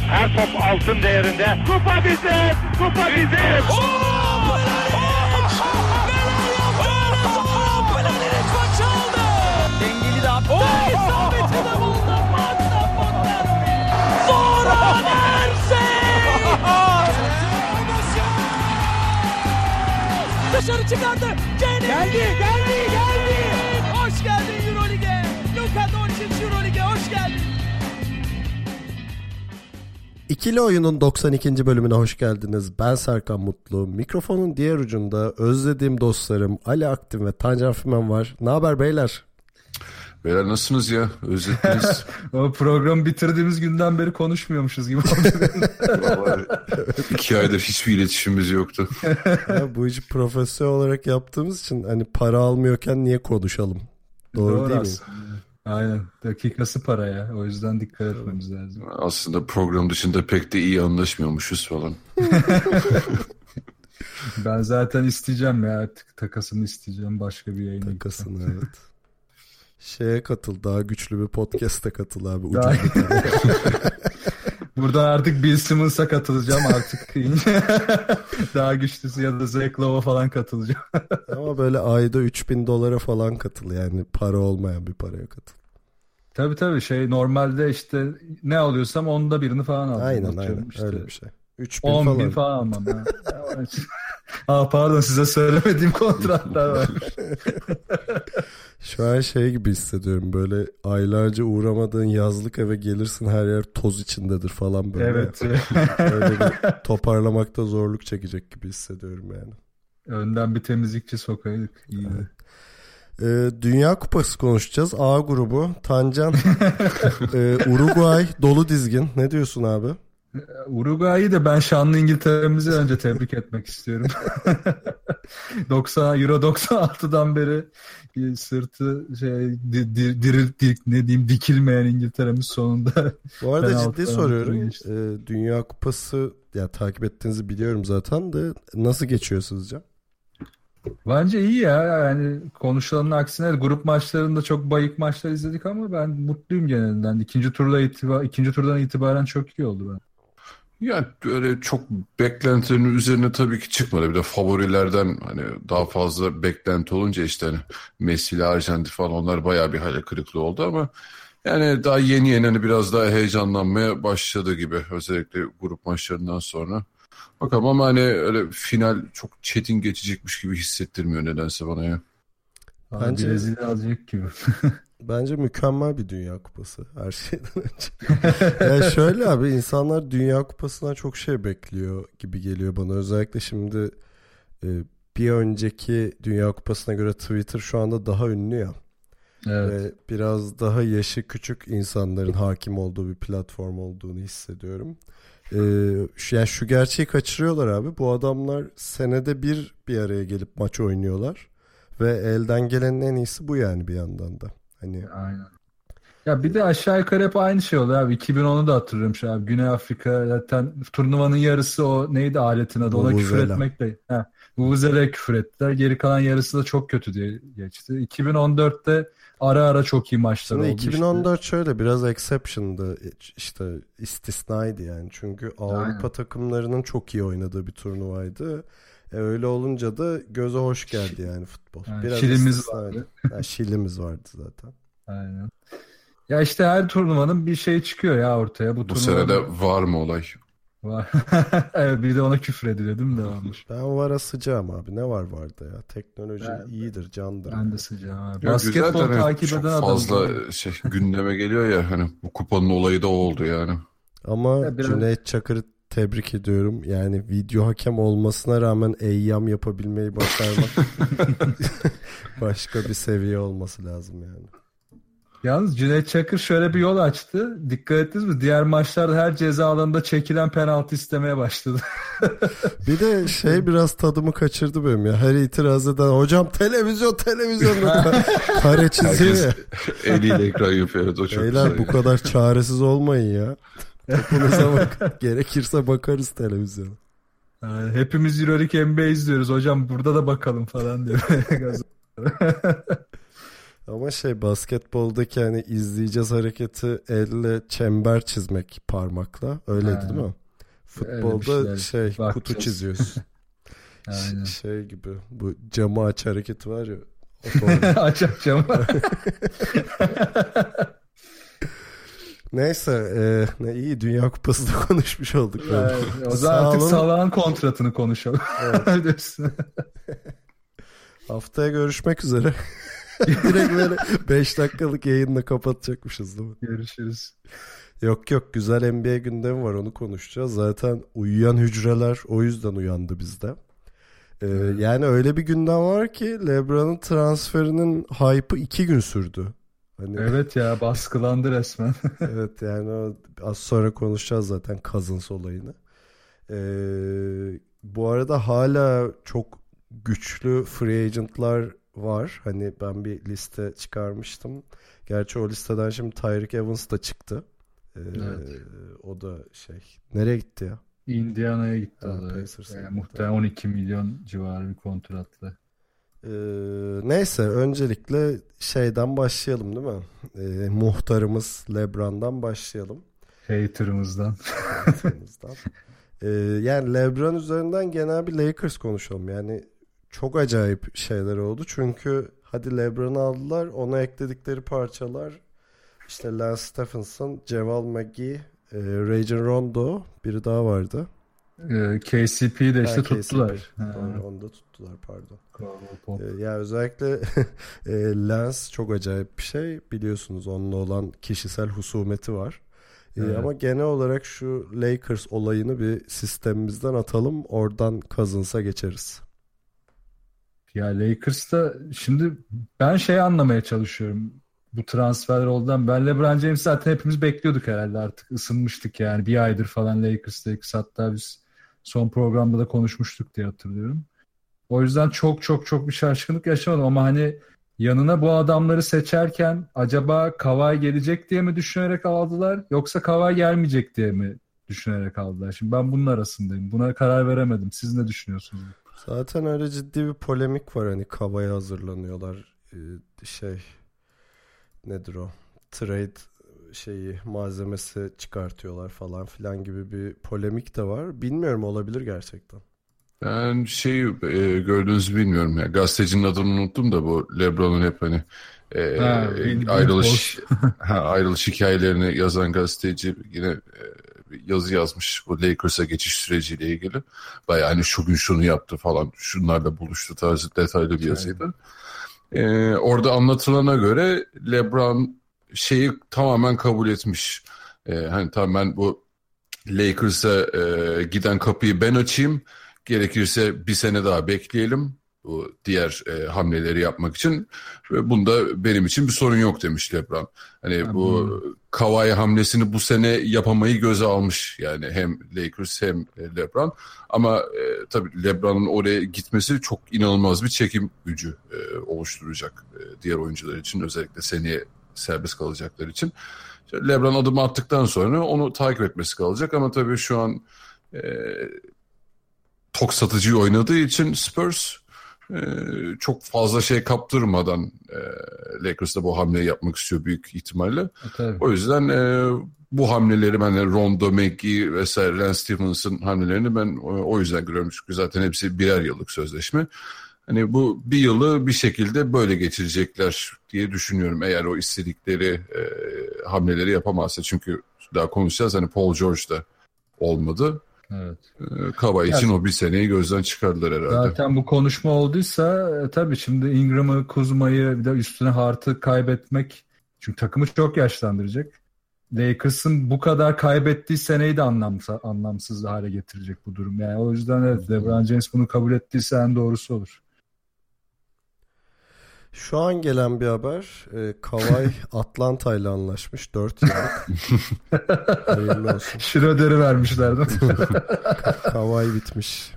Her top altın değerinde. Kupa bizim! Kupa bizim! Dengeli de attı. İsabetine buldu. Zora dışarı çıkardı. Geldi. Hoş geldin Euroleague'e. Luka Doncic Euroleague'e hoş geldin. İkili Oyun'un 92. bölümüne hoş geldiniz. Ben Serkan Mutlu. Mikrofonun diğer ucunda özlediğim dostlarım Ali Aktin ve Tancan Fümen var. Ne haber beyler? Beyler nasılsınız ya? Özlettiniz. O programı bitirdiğimiz günden beri konuşmuyormuşuz gibi oldu. Vallahi 2 aydır hiçbir iletişimimiz yoktu. Ya, bu işi profesyonel olarak yaptığımız için hani para almıyorken niye konuşalım? Doğru değil mi? Aynen. Dakikası para ya. O yüzden dikkat etmemiz lazım. Aslında program dışında pek de iyi anlaşmıyormuşuz falan. Ben zaten isteyeceğim ya artık. Takasını isteyeceğim başka bir yayına. Takasını evet. Şeye katıl. Daha güçlü bir podcast'e katıl abi. Daha... Buradan artık Bill Simmons'a katılacağım artık. Daha güçlüsü ya da Zach Lowe'a falan katılacağım. Ama böyle ayda $3,000 falan katıl. Yani para olmayan bir paraya katıl. Tabii normalde işte ne alıyorsam onda birini falan alacağım. Aynen işte. öyle bir şey. 3.000 10 bin falan almam. Pardon size söylemediğim kontratlar var. Şu an şey gibi hissediyorum, böyle aylarca uğramadığın yazlık eve gelirsin, her yer toz içindedir falan böyle. Evet. Öyle bir toparlamakta zorluk çekecek gibi hissediyorum yani. Önden bir temizlikçi sokaydık. İyi. Dünya Kupası konuşacağız. A grubu. Tancan. Uruguay dolu dizgin. Ne diyorsun abi? Uruguay'ı da ben şanlı İngiltere'mizi önce tebrik etmek istiyorum. Euro 96'dan beri sırtı dikilmeyen İngiltere'miz sonunda. Bu arada ciddi soruyorum. Dünya Kupası ya takip ettiğinizi biliyorum zaten de nasıl geçiyor sizce? Bence iyi ya. Yani konuşulanın aksine grup maçlarında çok bayık maçlar izledik ama ben mutluyum genelinden. İkinci turdan itibaren çok iyi oldu ben. Yani böyle çok beklentilerin üzerine tabii ki çıkmadı. Bir de favorilerden hani daha fazla beklenti olunca işte hani Messi ile Arjantin falan onlar bayağı bir hayal kırıklığı oldu ama yani daha yeni hani biraz daha heyecanlanmaya başladı gibi, özellikle grup maçlarından sonra. Bakalım ama hani öyle final çok çetin geçecekmiş gibi hissettirmiyor nedense bana ya. Bence Brezilya alacak gibi. Bence mükemmel bir Dünya Kupası her şeyden önce. Ya şöyle abi, insanlar Dünya Kupası'ndan çok şey bekliyor gibi geliyor bana. Özellikle şimdi bir önceki Dünya Kupası'na göre Twitter şu anda daha ünlü ya. Evet. Ve biraz daha yaşı küçük insanların hakim olduğu bir platform olduğunu hissediyorum. Yani şu gerçeği kaçırıyorlar abi. Bu adamlar senede bir araya gelip maç oynuyorlar. Ve elden gelenin en iyisi bu yani bir yandan da. Hani... Aynen. Ya bir de aşağı yukarı hep aynı şey oluyor abi. 2010'u da hatırlıyorum şu abi. Güney Afrika zaten turnuvanın yarısı o neydi aletin adı? Ona küfür etmekle. Vuvuzela'ya küfür ettiler. Geri kalan yarısı da çok kötü diye geçti. 2014'te ara çok iyi maçlar oldu. 2014 işte. Şöyle biraz exception'dı. İşte istisnaydı yani. Çünkü Avrupa takımlarının çok iyi oynadığı bir turnuvaydı. Öyle olunca da göze hoş geldi yani futbol. Yani biraz Şilimiz vardı. Şilimiz vardı zaten. Aynen. Ya işte her turnuvanın bir şey çıkıyor ya ortaya. Bu sene de var mı olay? Var. Evet, bir de ona küfür ediliyor değil mi devammış? Ben vara sıcağım abi. Ne vardı ya? Teknoloji iyidir, candır. Ben de sıcağım abi. Ya basketbol güzel, takip eden adam. Fazla gündeme geliyor ya hani bu kupanın olayı da oldu yani. Ama Cüneyt Çakır'ı tebrik ediyorum. Yani video hakem olmasına rağmen eyyam yapabilmeyi başarmak başka bir seviye olması lazım yani. Yalnız Cüneyt Çakır şöyle bir yol açtı. Dikkat ettiniz mi? Diğer maçlarda her ceza alanında çekilen penaltı istemeye başladı. Bir de biraz tadımı kaçırdı benim ya. Her itiraz eden hocam televizyon kare çiziyor ya. Eliyle ekran yapıyor. Evet, o çok beyler bu kadar çaresiz olmayın ya. Topunuza bak. Gerekirse bakarız televizyona. Yani hepimiz Euroleague NBA izliyoruz. Hocam burada da bakalım falan diyor. Ama basketboldaki hani izleyeceğiz hareketi elle çember çizmek parmakla. Öyleydi değil mi? Futbolda kutu çiziyorsun. Aynen. Gibi bu camı aç hareketi var ya. Aç camı. Neyse iyi Dünya Kupası'nda konuşmuş olduk. O zaman artık Salah'ın kontratını konuşalım. Evet. Haftaya görüşmek üzere. Direkt böyle 5 dakikalık yayınla kapatacakmışız değil mi? Görüşürüz. Yok güzel NBA gündemi var, onu konuşacağız. Zaten uyuyan hücreler o yüzden uyandı bizde. Yani öyle bir gündem var ki LeBron'un transferinin hype'ı 2 gün sürdü. Hani... Evet ya, baskılandı resmen. Evet yani o, az sonra konuşacağız zaten Cousins olayını. Bu arada hala çok güçlü free agentlar var. Hani ben bir liste çıkarmıştım. Gerçi o listeden şimdi Tyreek Evans da çıktı. Evet. O da nereye gitti ya? Indiana'ya gitti. Muhtemelen 12 milyon civarı bir kontratla. Neyse öncelikle şeyden başlayalım değil mi? Muhtarımız LeBron'dan başlayalım. Hater'ımızdan. Yani LeBron üzerinden genel bir Lakers konuşalım. Yani çok acayip şeyler oldu. Çünkü hadi LeBron'u aldılar. Ona ekledikleri parçalar işte Lance Stephenson, JaVale McGee, Rajon Rondo, biri daha vardı. KCP'yi de işte tuttular. Doğru, onu da tuttular pardon. Ya özellikle Lance çok acayip bir şey. Biliyorsunuz onunla olan kişisel husumeti var. Evet. Ama genel olarak şu Lakers olayını bir sistemimizden atalım. Oradan Cousins'a geçeriz. Ya Lakers'ta şimdi ben anlamaya çalışıyorum. Bu transferler olduğundan. Ben LeBron James zaten hepimiz bekliyorduk herhalde, artık ısınmıştık yani. Bir aydır falan Lakers. Hatta biz son programda da konuşmuştuk diye hatırlıyorum. O yüzden çok bir şaşkınlık yaşamadım ama hani yanına bu adamları seçerken acaba Kawhi gelecek diye mi düşünerek aldılar, yoksa Kawhi gelmeyecek diye mi düşünerek aldılar? Şimdi ben bunun arasındayım. Buna karar veremedim. Siz ne düşünüyorsunuz? Zaten öyle ciddi bir polemik var, hani Kawhi'ye hazırlanıyorlar. Nedir o? Trade malzemesi çıkartıyorlar falan filan gibi bir polemik de var. Bilmiyorum, olabilir gerçekten. Ben gördüğünüzü bilmiyorum ya. Gazetecinin adını unuttum da bu LeBron'un hep hani ayrılış hikayelerini yazan gazeteci yine yazı yazmış bu Lakers'a geçiş süreciyle ilgili. Bayağı hani şu gün şunu yaptı falan, şunlarla buluştu tarzı detaylı bir yazıydı. Orada anlatılana göre LeBron tamamen kabul etmiş. Hani tamam, ben bu Lakers'a giden kapıyı ben açayım. Gerekirse bir sene daha bekleyelim bu diğer hamleleri yapmak için. Ve bunda benim için bir sorun yok demiş LeBron. Hani bu Kawhi hamlesini bu sene yapamayı göze almış. Yani hem Lakers hem LeBron. Ama tabii LeBron'un oraya gitmesi çok inanılmaz bir çekim gücü oluşturacak diğer oyuncular için. Özellikle seneye serbest kalacaklar için. LeBron adımı attıktan sonra onu takip etmesi kalacak. Ama tabii şu an tok satıcıyı oynadığı için Spurs çok fazla kaptırmadan Lakers'da bu hamleyi yapmak istiyor büyük ihtimalle. Tabii. O yüzden bu hamleleri ben Rondo, McGee vesaire Lance Stephenson hamlelerini ben o yüzden görüyorum. Çünkü zaten hepsi birer yıllık sözleşme. Hani bu bir yılı bir şekilde böyle geçirecekler diye düşünüyorum. Eğer o istedikleri hamleleri yapamazsa. Çünkü daha konuşacağız, hani Paul George da olmadı. Evet. Kawhi için o bir seneyi gözden çıkardılar herhalde. Zaten bu konuşma olduysa tabii şimdi Ingram'ı, Kuzma'yı, bir de üstüne Hart'ı kaybetmek, çünkü takımı çok yaşlandıracak. Lakers'ın bu kadar kaybettiği seneyi de anlamsız hale getirecek bu durum. Yani o yüzden evet, LeBron James bunu kabul ettiyse en doğrusu olur. Şu an gelen bir haber. Kawhi Atlanta ile anlaşmış 4 yıllık. Hayırlı olsun. Schroeder'i vermişler değil mi? Kawhi bitmiş.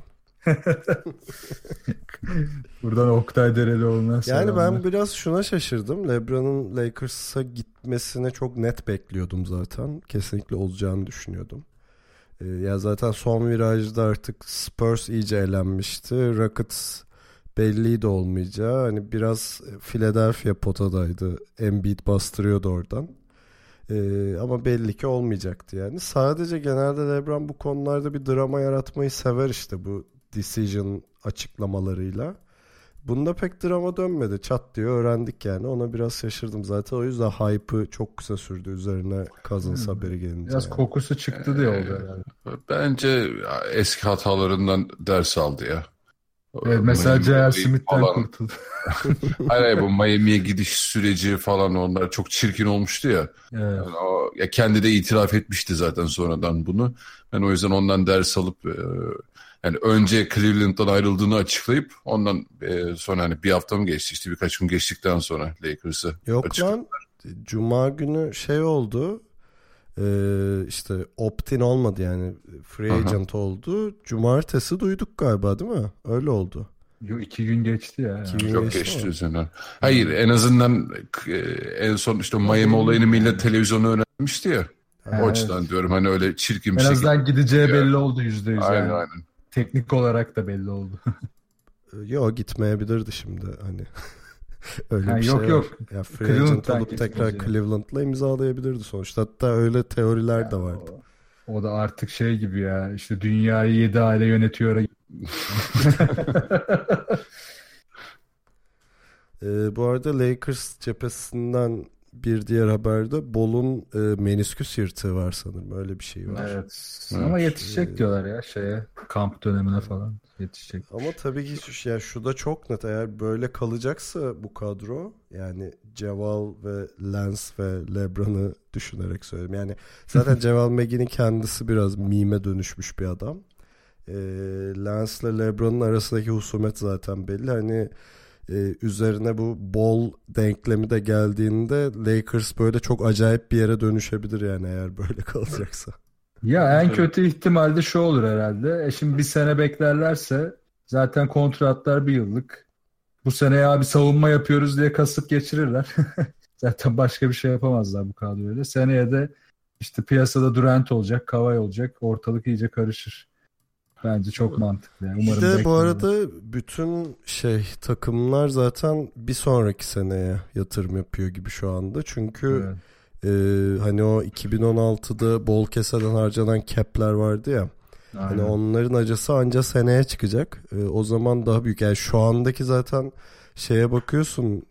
Buradan Oktay Derelioğlu'na selamlar. Yani ben biraz şuna şaşırdım. LeBron'un Lakers'a gitmesine çok net bekliyordum zaten. Kesinlikle olacağını düşünüyordum. Ya zaten son virajda artık Spurs iyice elenmişti. Rockets belliydi olmayacağı. Hani biraz Philadelphia potadaydı. Embiid bastırıyordu oradan. Ama belli ki olmayacaktı yani. Sadece genelde LeBron bu konularda bir drama yaratmayı sever işte bu decision açıklamalarıyla. Bunda pek drama dönmedi. Çat diye öğrendik yani. Ona biraz şaşırdım zaten. O yüzden hype'ı çok kısa sürdü üzerine Cousins haberi gelince. Biraz yani. kokusu çıktı diye oldu herhalde. Bence eski hatalarından ders aldı ya. Evet, mesela J.R. Smith'ten falan. kurtuldu. Hayır, bu Miami'ye gidiş süreci falan onlar çok çirkin olmuştu ya. Evet. Yani ya kendi de itiraf etmişti zaten sonradan bunu. Ben o yüzden ondan ders alıp yani önce Cleveland'dan ayrıldığını açıklayıp ondan sonra hani bir hafta mı geçti işte birkaç gün geçtikten sonra Lakers'ı Yok açıkladı. lan Cuma günü şey oldu işte opt-in olmadı yani free agent oldu. Cumartesi duyduk galiba değil mi? Öyle oldu. Yo, 2 gün geçti ya. İki gün Çok geçti geçti mi? üzerinden. Hayır, en azından en son işte Miami olayını millet televizyonu öğrenmişti ya. O açıdan diyorum hani öyle çirkin bir En şekilde. azından gideceği belli oldu %100 Aynen yani. aynen. Teknik olarak da belli oldu. Yok gitmeyebilirdi şimdi hani. Öyle Ha, bir yok, şey yok. var. Ya free agent Cleveland'dan olup tekrar gitmeyecek. Cleveland'la imzalayabilirdi sonuçta. Hatta öyle teoriler de vardı. O da artık şey gibi ya, işte dünyayı 7 aile yönetiyor. Bu arada Lakers cephesinden bir diğer haberde Bol'un menisküs yırtığı var sanırım. Öyle bir şey var. Evet. Ama yetişecek diyorlar ya şeye, kamp dönemine falan yetişecek. Ama tabii ki yani şu da çok net. Eğer böyle kalacaksa bu kadro yani Ceval ve Lance ve LeBron'u düşünerek söyleyeyim. Yani zaten Ceval McGee'nin kendisi biraz meme dönüşmüş bir adam. Lance ile LeBron'un arasındaki husumet zaten belli. Hani üzerine bu Ball denklemi de geldiğinde Lakers böyle çok acayip bir yere dönüşebilir yani eğer böyle kalacaksa. Ya en kötü ihtimalde şu olur herhalde. Şimdi bir sene beklerlerse zaten kontratlar bir yıllık. Bu sene ya bir savunma yapıyoruz diye kasıp geçirirler. Zaten başka bir şey yapamazlar bu kadroyla. Seneye de işte piyasada Durant olacak, Kawhi olacak. Ortalık iyice karışır. Bence çok mantıklı. Yani. Umarım Bir de bu bekliyorum. arada bütün takımlar zaten bir sonraki seneye yatırım yapıyor gibi şu anda. Çünkü hani o 2016'da bol keseden harcanan cap'ler vardı ya. Aynen. Hani onların acısı anca seneye çıkacak. O zaman daha büyük. Yani şu andaki zaten şeye bakıyorsun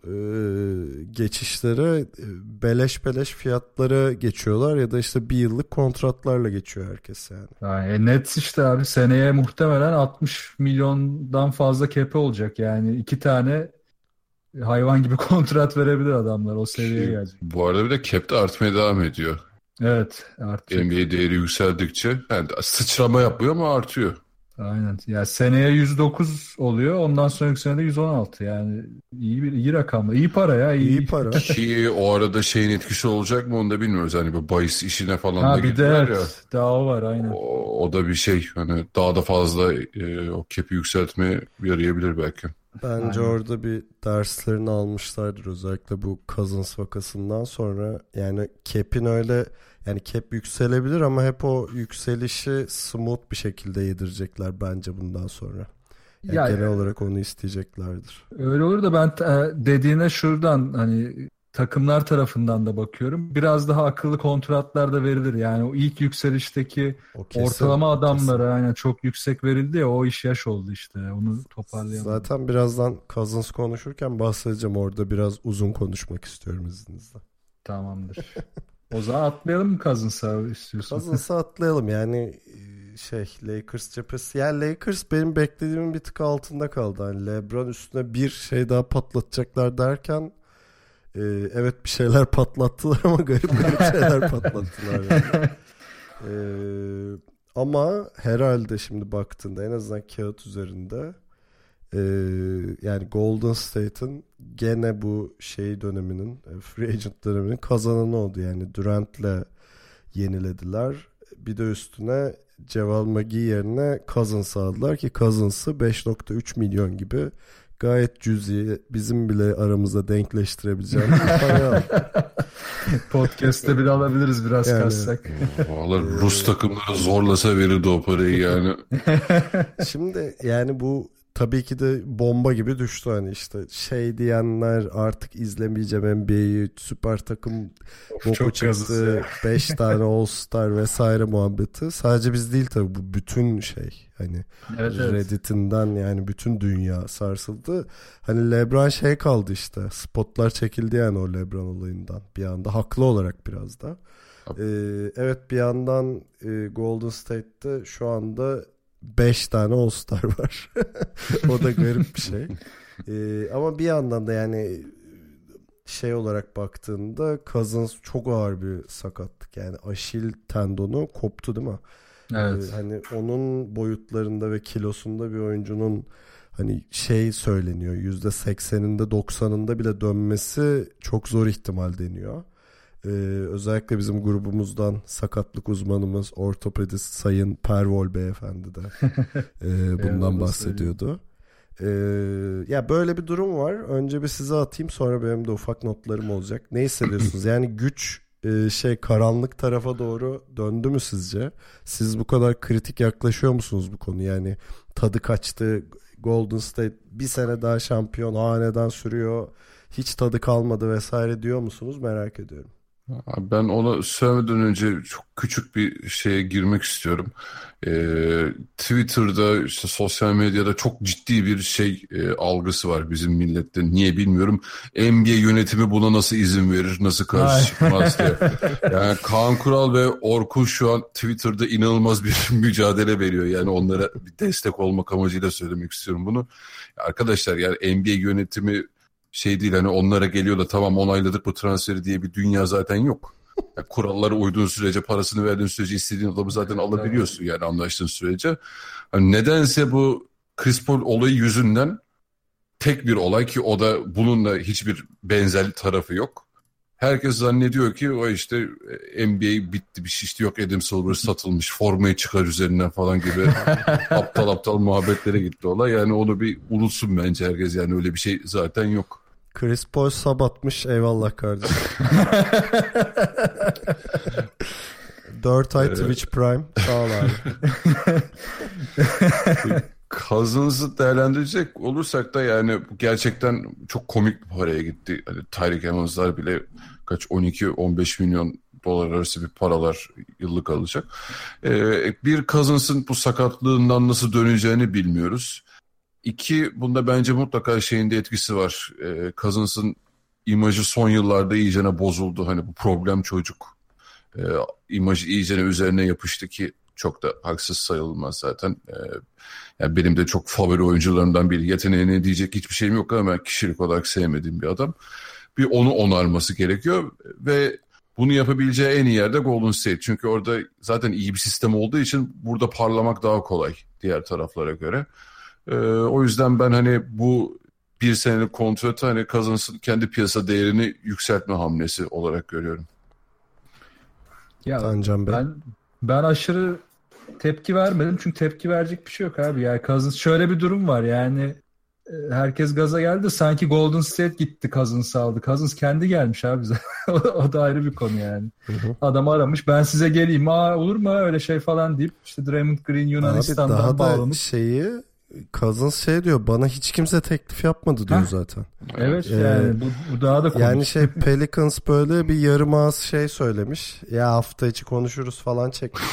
geçişlere beleş fiyatlara geçiyorlar ya da işte bir yıllık kontratlarla geçiyor herkes yani. Yani net işte abi seneye muhtemelen 60 milyondan fazla cap'i olacak. Yani 2 tane hayvan gibi kontrat verebilir adamlar, o seviyeye gelecek. Bu arada bir de cap de artmaya devam ediyor. Evet, artık. NBA değeri yükseldikçe yani sıçrama yapmıyor ama artıyor. Aynen. Ya seneye 109 oluyor. Ondan sonraki sene de 116. Yani iyi rakam. İyi para ya. İyi para. Ki o arada şeyin etkisi olacak mı onu da bilmiyoruz. Hani bu bahis işine falan da Ha bir de girdiler ya. daha o var aynen. O da bir şey. Hani daha da fazla o cap'i yükseltmeye yarayabilir belki. Bence orada bir derslerini almışlardır özellikle bu Cousins vakasından sonra. Yani cap'in öyle yani cap yükselebilir ama hep o yükselişi smooth bir şekilde yedirecekler bence bundan sonra. Yani genel olarak onu isteyeceklerdir. Öyle olur da ben dediğine şuradan hani takımlar tarafından da bakıyorum. Biraz daha akıllı kontratlar da verilir. Yani o ilk yükselişteki ortalama adamlara yani çok yüksek verildi ya, o iş yaş oldu işte. Onu toparlayamadım. Zaten birazdan Cousins konuşurken bahsedeceğim. Orada biraz uzun konuşmak istiyorum izninizle. Tamamdır. O zaman atlayalım mı Cousins'a istiyorsun? Cousins'a atlayalım yani Lakers cephesi. Yani Lakers benim beklediğimin bir tık altında kaldı. Yani LeBron üstüne bir şey daha patlatacaklar derken evet bir şeyler patlattılar ama garip şeyler patlattılar. Yani. Ama herhalde şimdi baktığında en azından kağıt üzerinde yani Golden State'in gene bu döneminin free agent döneminin kazananı oldu. Yani Durant'le yenilediler. Bir de üstüne Ceval McGee yerine Cousins aldılar ki Cousins'ı 5.3 milyon gibi gayet cüzi, bizim bile aramızda denkleştirebileceğimiz bir para aldı. Podcast'te bile alabiliriz biraz yani, kassak. Vallahi Rus takımları zorlasa verirdi o parayı yani. Şimdi yani bu tabii ki de bomba gibi düştü hani işte şey diyenler artık izlemeyeceğim NBA'yi, süper takım boku çıktı, 5 tane All Star vesaire muhabbeti. Sadece biz değil tabii, bu bütün şey hani Evet. Reddit'inden yani bütün dünya sarsıldı. Hani LeBron şey kaldı işte, spotlar çekildi yani o LeBron olayından bir anda, haklı olarak biraz da. Evet, bir yandan Golden State'te şu anda 5 tane All-Star var. O da garip bir şey. Ama bir yandan da yani şey olarak baktığında Cousins çok ağır bir sakatlık. Yani Aşil tendonu koptu değil mi? Evet. Hani onun boyutlarında ve kilosunda bir oyuncunun hani şey söyleniyor, %80'inde 90'ında bile dönmesi çok zor ihtimal deniyor. Özellikle bizim grubumuzdan sakatlık uzmanımız ortopedist Sayın Pervol Beyefendi de bundan bahsediyordu. Ya böyle bir durum var. Önce bir size atayım, sonra benim de ufak notlarım olacak. Ne hissediyorsunuz? Yani güç şey karanlık tarafa doğru döndü mü sizce? Siz bu kadar kritik yaklaşıyor musunuz bu konu? Yani tadı kaçtı, Golden State bir sene daha şampiyon hanedan sürüyor, hiç tadı kalmadı vesaire diyor musunuz? Merak ediyorum. Ben ona söylemeden önce çok küçük bir şeye girmek istiyorum. Twitter'da işte sosyal medyada çok ciddi bir şey algısı var bizim millette. Niye bilmiyorum. NBA yönetimi buna nasıl izin verir, nasıl karşı çıkmaz diye. Yani Kaan Kural ve Orkun şu an Twitter'da inanılmaz bir mücadele veriyor. Yani onlara bir destek olmak amacıyla söylemek istiyorum bunu. Arkadaşlar yani NBA yönetimi şey değil, hani onlara geliyor da tamam onayladık bu transferi diye bir dünya zaten yok. Yani kurallara uyduğun sürece, parasını verdiğin sürece istediğin adamı zaten alabiliyorsun yani anlaştığın sürece. Hani nedense bu Chris Paul olayı yüzünden tek bir olay, ki o da bununla hiçbir benzerlik tarafı yok. Herkes zannediyor ki o işte NBA bitti, bir şişti, yok Adam Silver satılmış, formayı çıkar üzerinden falan gibi aptal muhabbetlere gitti olay. Yani onu bir unutsun bence herkes, yani öyle bir şey zaten yok. Chris Paul sabatmış, eyvallah kardeşim. 4 ay Twitch Prime, sağ ol abi. Cousins'ı değerlendirecek olursak da yani gerçekten çok komik bir paraya gitti. Hani Tyreek Evans'lar bile kaç 12-15 milyon dolar arası bir paralar yıllık alacak. Bir, Cousins'ın bu sakatlığından nasıl döneceğini bilmiyoruz. İki, bunda bence mutlaka şeyin de etkisi var. Cousins'ın imajı son yıllarda iyicene bozuldu. Hani bu problem çocuk. İmajı iyicene üzerine yapıştı ki çok da haksız sayılmaz zaten. Yani benim de çok favori oyuncularımdan biri. Yeteneğine diyecek hiçbir şeyim yok ama ben kişilik olarak sevmediğim bir adam. Bir onu onarması gerekiyor ve bunu yapabileceği en iyi yerde Golden State. Çünkü orada zaten iyi bir sistem olduğu için burada parlamak daha kolay diğer taraflara göre. O yüzden ben hani bu bir senelik kontratı hani Cousins'ın kendi piyasa değerini yükseltme hamlesi olarak görüyorum. Ya Tancan Bey. ben aşırı tepki vermedim çünkü tepki verecek bir şey yok abi. Yani Cousins, şöyle bir durum var yani herkes gaza geldi, sanki Golden State gitti Cousins'ı aldı. Cousins kendi gelmiş abi bize. O da ayrı bir konu yani. Adam aramış, ben size geleyim, olur mu öyle şey falan deyip işte Draymond Green Yunanistan'dan abi daha bağlanıp. da şeyi, Cousins şey diyor, bana hiç kimse teklif yapmadı diyor zaten. Evet yani bu daha da komik. Yani şey Pelicans böyle bir yarım ağız şey söylemiş. Ya hafta içi konuşuruz falan çekmiş.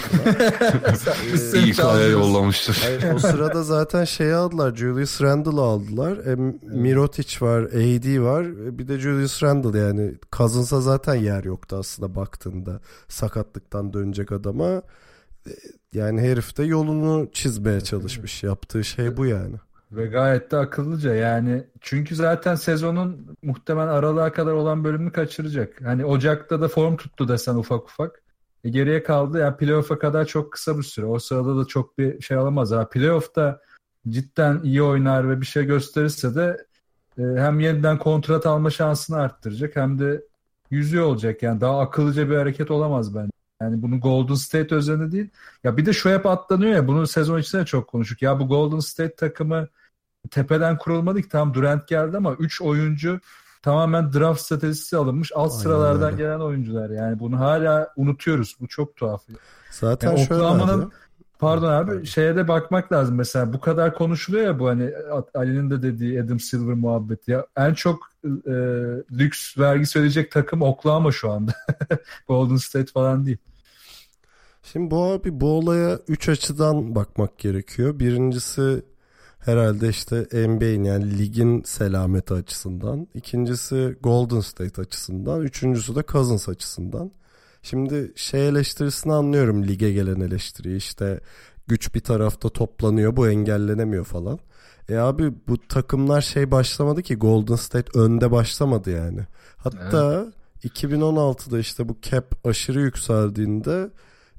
İyi kaya yollamıştır. Hayır, o sırada zaten şeyi aldılar. Julius Randle'ı aldılar. Mirotic var, AD var. Bir de Julius Randle, yani Cousins'a zaten yer yoktu aslında baktığında. Sakatlıktan dönecek adama. Yani herif de yolunu çizmeye çalışmış. Yaptığı şey bu yani. Ve gayet de akıllıca yani, çünkü zaten sezonun muhtemelen aralığa kadar olan bölümünü kaçıracak. Hani Ocak'ta da form tuttu desen ufak ufak. Geriye kaldı yani playoff'a kadar çok kısa bir süre. O sırada da çok bir şey alamaz. Playoff'ta cidden iyi oynar ve bir şey gösterirse de hem yeniden kontrat alma şansını arttıracak hem de yüzüyor olacak. Yani daha akıllıca bir hareket olamaz bence. Yani bunu Golden State özelinde değil. Ya bir de şu hep atlanıyor ya, bunu sezon içinde çok konuştuk. Ya bu Golden State takımı tepeden kurulmadı ki, tamam Durant geldi ama 3 oyuncu tamamen draft stratejisi alınmış alt Aynen sıralardan öyle. gelen oyuncular. Yani bunu hala unutuyoruz. Bu çok tuhaf. Zaten Yani şöyle Oklahoma'nın abi. Pardon abi, şeye de bakmak lazım. Mesela bu kadar konuşuluyor ya, bu hani Ali'nin de dediği Adam Silver muhabbeti. Ya en çok lüks vergisi ödeyecek takım Oklahoma şu anda. Golden State falan değil. Şimdi bu olaya 3 açıdan bakmak gerekiyor. Birincisi herhalde işte NBA'in, yani ligin selameti açısından. İkincisi Golden State açısından. Üçüncüsü de Cousins açısından. Şimdi eleştirisini anlıyorum, lige gelen eleştiriyi. İşte güç bir tarafta toplanıyor, bu engellenemiyor falan. Abi bu takımlar başlamadı ki, Golden State önde başlamadı yani. Hatta evet. 2016'da işte bu cap aşırı yükseldiğinde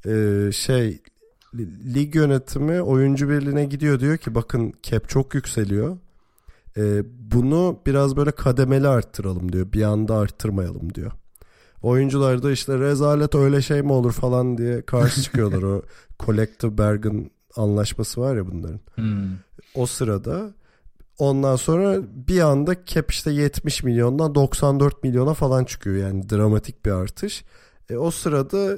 lig yönetimi oyuncu birliğine gidiyor, diyor ki bakın cap çok yükseliyor. Bunu biraz böyle kademeli arttıralım diyor. Bir anda arttırmayalım diyor. Oyuncular da işte rezalet, öyle şey mi olur falan diye karşı çıkıyorlar. O collective bargain anlaşması var ya bunların. O sırada ondan sonra bir anda cap işte 70 milyondan 94 milyona falan çıkıyor. Yani dramatik bir artış. O sırada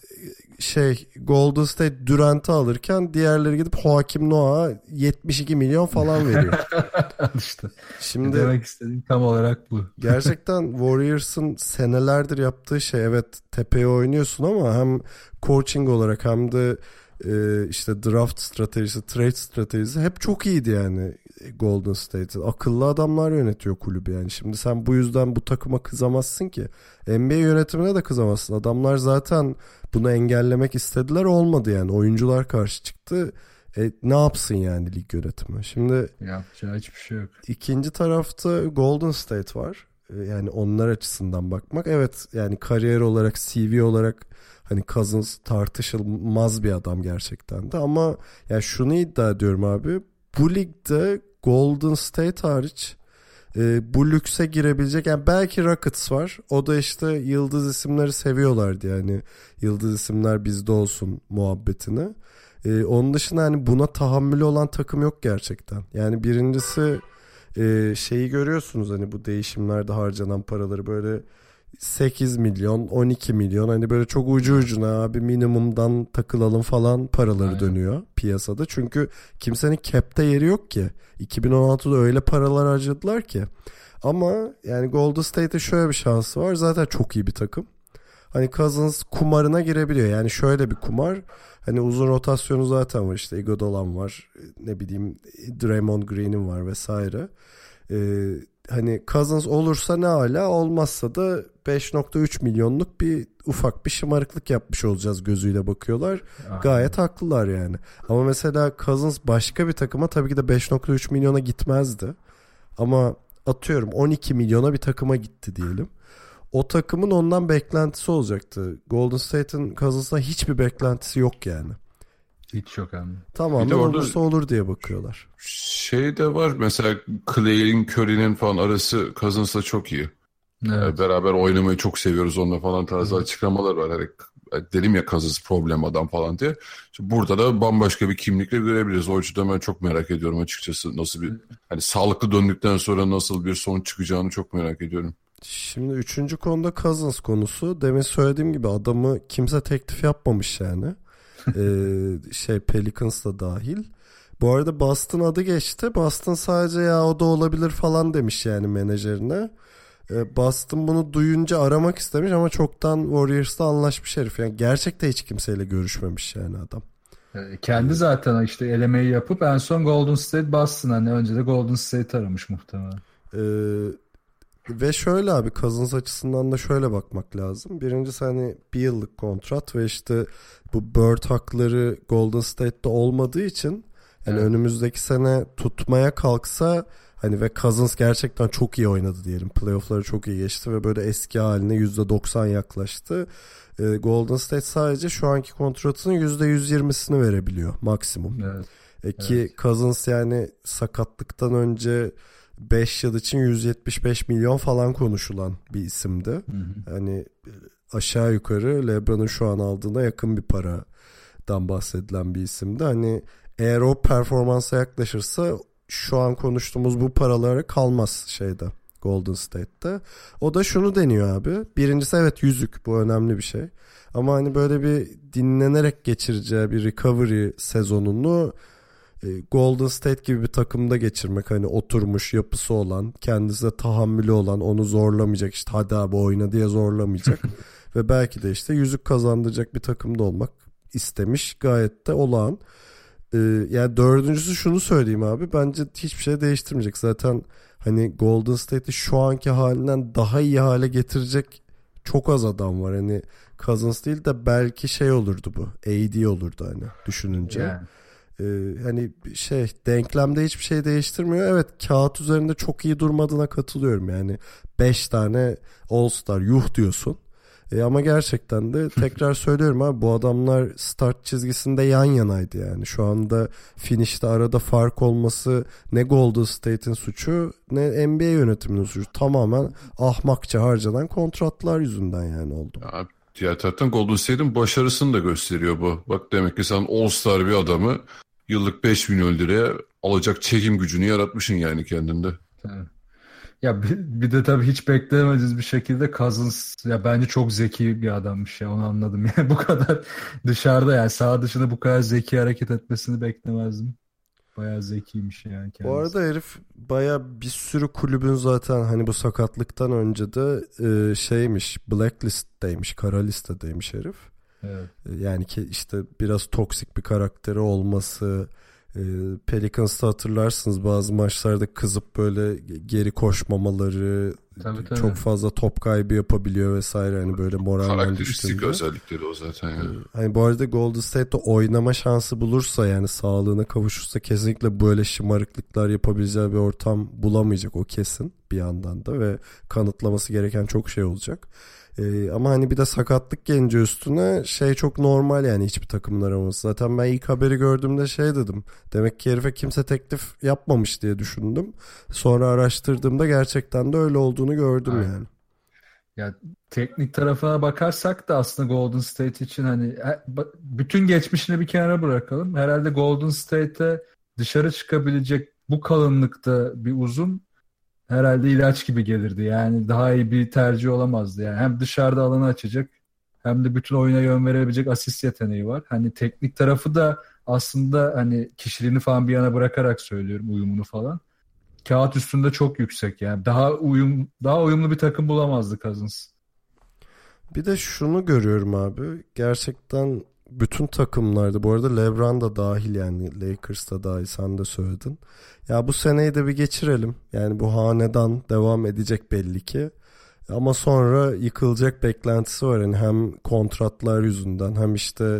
Golden State Durant'ı alırken diğerleri gidip Joakim Noah'a 72 milyon falan veriyor. İşte. Şimdi demek istediğim tam olarak bu. Gerçekten Warriors'ın senelerdir yaptığı evet, tepeye oynuyorsun ama hem coaching olarak hem de işte draft stratejisi, trade stratejisi hep çok iyiydi yani Golden State'in. Akıllı adamlar yönetiyor kulübü yani. Şimdi sen bu yüzden bu takıma kızamazsın ki. NBA yönetimine de kızamazsın. Adamlar zaten bunu engellemek istediler, olmadı yani. Oyuncular karşı çıktı. Ne yapsın yani lig yönetimi? Şimdi yapacağı hiçbir şey yok. İkinci tarafta Golden State var. Yani onlar açısından bakmak. Evet yani kariyer olarak, CV olarak hani Cousins tartışılmaz bir adam gerçekten de. Ama yani şunu iddia ediyorum abi. Bu ligde Golden State hariç bu lükse girebilecek, yani belki Rockets var. O da işte yıldız isimleri seviyorlardı yani. Yıldız isimler bizde olsun muhabbetini. Onun dışında hani buna tahammülü olan takım yok gerçekten. Yani birincisi görüyorsunuz hani bu değişimlerde harcanan paraları böyle 8 milyon 12 milyon hani böyle çok ucu ucuna abi minimumdan takılalım falan paraları Aynen. dönüyor piyasada. Çünkü kimsenin cap'te yeri yok ki. 2016'da öyle paralar harcadılar ki. Ama yani Golden State'e şöyle bir şansı var. Zaten çok iyi bir takım. Hani Cousins kumarına girebiliyor. Yani şöyle bir kumar. Hani uzun rotasyonu zaten var. İşte Iguodala'm var. Ne bileyim Draymond Green'in var vesaire. Hani Cousins olursa ne hala, olmazsa da 5.3 milyonluk bir ufak bir şımarıklık yapmış olacağız gözüyle bakıyorlar. Aynen. Gayet haklılar yani. Ama mesela Cousins başka bir takıma tabii ki de 5.3 milyona gitmezdi. Ama atıyorum 12 milyona bir takıma gitti diyelim. O takımın ondan beklentisi olacaktı. Golden State'in Cousins'tan hiçbir beklentisi yok yani. Hiç yok abi. Tamamen olursa olur diye bakıyorlar. De var mesela Clay'in, Curry'nin falan arası Cousins'la çok iyi. Evet. Beraber oynamayı çok seviyoruz onunla falan tarzı açıklamalar var. Hani dedim ya Cousins problem adam falan diye. Şimdi burada da bambaşka bir kimlikle görebiliriz. O açıdan ben çok merak ediyorum açıkçası. Nasıl bir hani sağlıklı döndükten sonra nasıl bir sonuç çıkacağını çok merak ediyorum. Şimdi üçüncü konuda Cousins konusu. Demin söylediğim gibi adamı kimse teklif yapmamış yani. Pelicans da dahil. Bu arada Boston adı geçti. Boston sadece ya o da olabilir falan demiş yani menajerine. Boston bunu duyunca aramak istemiş ama çoktan Warriors'la anlaşmış herif. Yani gerçekten hiç kimseyle görüşmemiş yani adam. Kendi zaten işte elemeyi yapıp en son Golden State Boston, hani önce de Golden State aramış muhtemelen. Ve şöyle abi, Cousins açısından da şöyle bakmak lazım. Birincisi hani bir yıllık kontrat ve işte bu Bird hakları Golden State'te olmadığı için yani önümüzdeki sene tutmaya kalksa hani ve Cousins gerçekten çok iyi oynadı diyelim. Playoff'ları çok iyi geçti ve böyle eski haline %90 yaklaştı. Golden State sadece şu anki kontratının %120'sini verebiliyor maksimum. Ki Cousins yani sakatlıktan önce 5 yıl için 175 milyon falan konuşulan bir isimdi. Hani aşağı yukarı LeBron'un şu an aldığına yakın bir paradan bahsedilen bir isimdi. Hani eğer o performansa yaklaşırsa şu an konuştuğumuz bu paralara kalmaz Golden State'te. O da şunu deniyor abi. Birincisi evet yüzük, bu önemli bir şey. Ama hani böyle bir dinlenerek geçireceği bir recovery sezonunu Golden State gibi bir takımda geçirmek, hani oturmuş yapısı olan, kendisine tahammülü olan, onu zorlamayacak, işte hadi abi oyna diye zorlamayacak ve belki de işte yüzük kazandıracak bir takımda olmak istemiş, gayet de olağan. Yani dördüncüsü şunu söyleyeyim abi, bence hiçbir şey değiştirmeyecek zaten. Hani Golden State'i şu anki halinden daha iyi hale getirecek çok az adam var. Hani Cousins değil de belki şey olurdu, bu AD olurdu hani düşününce. Yani. Hani denklemde hiçbir şey değiştirmiyor. Evet, kağıt üzerinde çok iyi durmadığına katılıyorum. Yani 5 tane All Star yuh diyorsun. Ama gerçekten de tekrar söylüyorum abi, bu adamlar start çizgisinde yan yanaydı yani. Şu anda finish'te arada fark olması ne Golden State'in suçu ne NBA yönetiminin suçu. Tamamen ahmakça harcanan kontratlar yüzünden yani oldu. Ya, diğer taraftan Golden State'in başarısını da gösteriyor bu. Bak demek ki sen All Star bir adamı yıllık 5 milyon liraya alacak çekim gücünü yaratmışsın yani kendinde. Evet. Ya bir de tabii hiç beklemediğimiz bir şekilde Cousins ya bence çok zeki bir adammış ya, onu anladım. Yani bu kadar dışarıda, yani saha dışında bu kadar zeki hareket etmesini beklemezdim. Bayağı zekiymiş yani kendisi. Bu arada herif bayağı bir sürü kulübün zaten hani bu sakatlıktan önce de blacklist'teymiş, kara listedeymiş herif. Evet. Yani ki işte biraz toksik bir karakteri olması, Pelicans'ta hatırlarsınız bazı maçlarda kızıp böyle geri koşmamaları, Tabii. çok fazla top kaybı yapabiliyor vesaire, hani böyle moralden Karakteristik düştüğünde. özellikleri o zaten yani. Hani bu arada Golden State'de oynama şansı bulursa, yani sağlığına kavuşursa, kesinlikle böyle şımarıklıklar yapabileceği bir ortam bulamayacak, o kesin bir yandan da, ve kanıtlaması gereken çok şey olacak. Ama hani bir de sakatlık gelince üstüne çok normal yani hiçbir takımın araması. Zaten ben ilk haberi gördüğümde dedim. Demek ki herife kimse teklif yapmamış diye düşündüm. Sonra araştırdığımda gerçekten de öyle olduğunu gördüm. Aynen. Yani. Ya teknik tarafına bakarsak da aslında Golden State için hani bütün geçmişini bir kenara bırakalım. Herhalde Golden State'e dışarı çıkabilecek bu kalınlıkta bir uzun herhalde ilaç gibi gelirdi. Yani daha iyi bir tercih olamazdı. Yani hem dışarıda alanı açacak hem de bütün oyuna yön verebilecek asist yeteneği var. Hani teknik tarafı da aslında hani kişiliğini falan bir yana bırakarak söylüyorum, uyumunu falan. Kağıt üstünde çok yüksek yani. Daha uyumlu bir takım bulamazdı Cousins. Bir de şunu görüyorum abi. Gerçekten bütün takımlarda, bu arada LeBron da dahil, yani Lakers'ta dahil, sen de söyledin. Ya bu seneyi de bir geçirelim. Yani bu hanedan devam edecek belli ki. Ama sonra yıkılacak beklentisi var. Yani hem kontratlar yüzünden hem işte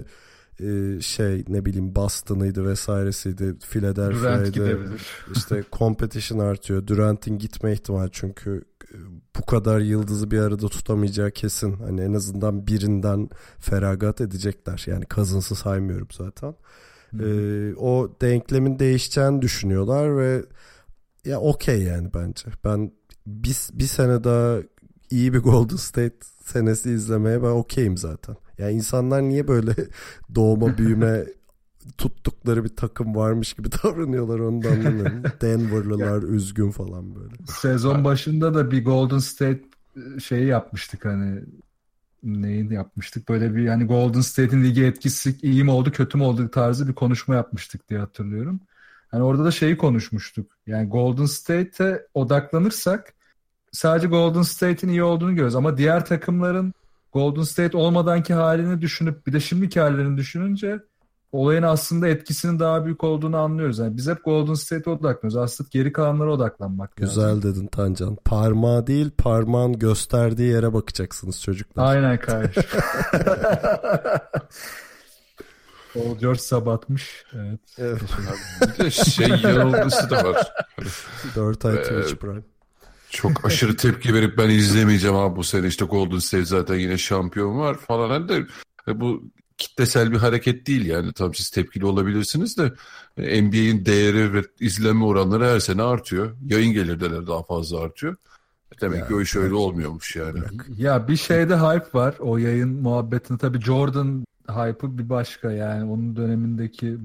Boston'ıydı vesairesiydi, Philadelphia'ydı. İşte competition artıyor. Durant'in gitme ihtimali, çünkü bu kadar yıldızı bir arada tutamayacağı kesin. Hani en azından birinden feragat edecekler. Yani Cousins'ı saymıyorum zaten. O denklemin değişeceğini düşünüyorlar ve ya okey yani bence. Ben bir sene daha iyi bir Golden State senesi izlemeye ben okeyim zaten. Yani insanlar niye böyle doğma büyüme tuttukları bir takım varmış gibi davranıyorlar, onu da anlamıyorum. Denver'lılar üzgün falan böyle. Sezon başında da bir Golden State şeyi yapmıştık, hani neyi yapmıştık? Böyle bir hani Golden State'in ligi etkisi iyi mi oldu kötü mü oldu tarzı bir konuşma yapmıştık diye hatırlıyorum. Hani orada da şeyi konuşmuştuk. Yani Golden State'e odaklanırsak sadece Golden State'in iyi olduğunu görüyoruz ama diğer takımların Golden State olmadanki halini düşünüp bir de şimdiki hallerini düşününce olayın aslında etkisinin daha büyük olduğunu anlıyoruz. Yani biz hep Golden State'e odaklanıyoruz. Aslında geri kalanlara odaklanmak lazım. Güzel dedin Tancan. Parmağı değil, parmağın gösterdiği yere bakacaksınız çocuklar. Aynen kardeşim. Paul George sabatmış. Evet. Bir de yanılgısı da var. 4 ay Twitch Prime. Çok aşırı tepki verip ben izlemeyeceğim abi bu sene, işte Golden State zaten yine şampiyon var falan. Hani de bu kitlesel bir hareket değil yani. Tamam, siz tepkili olabilirsiniz de NBA'in değeri ve izlenme oranları her sene artıyor. Yayın gelirleri daha fazla artıyor. Demek ki o iş öyle olmuyormuş yani. Ya bir şeyde hype var. O yayın muhabbetini tabii Jordan hype'ı bir başka yani. Onun dönemindeki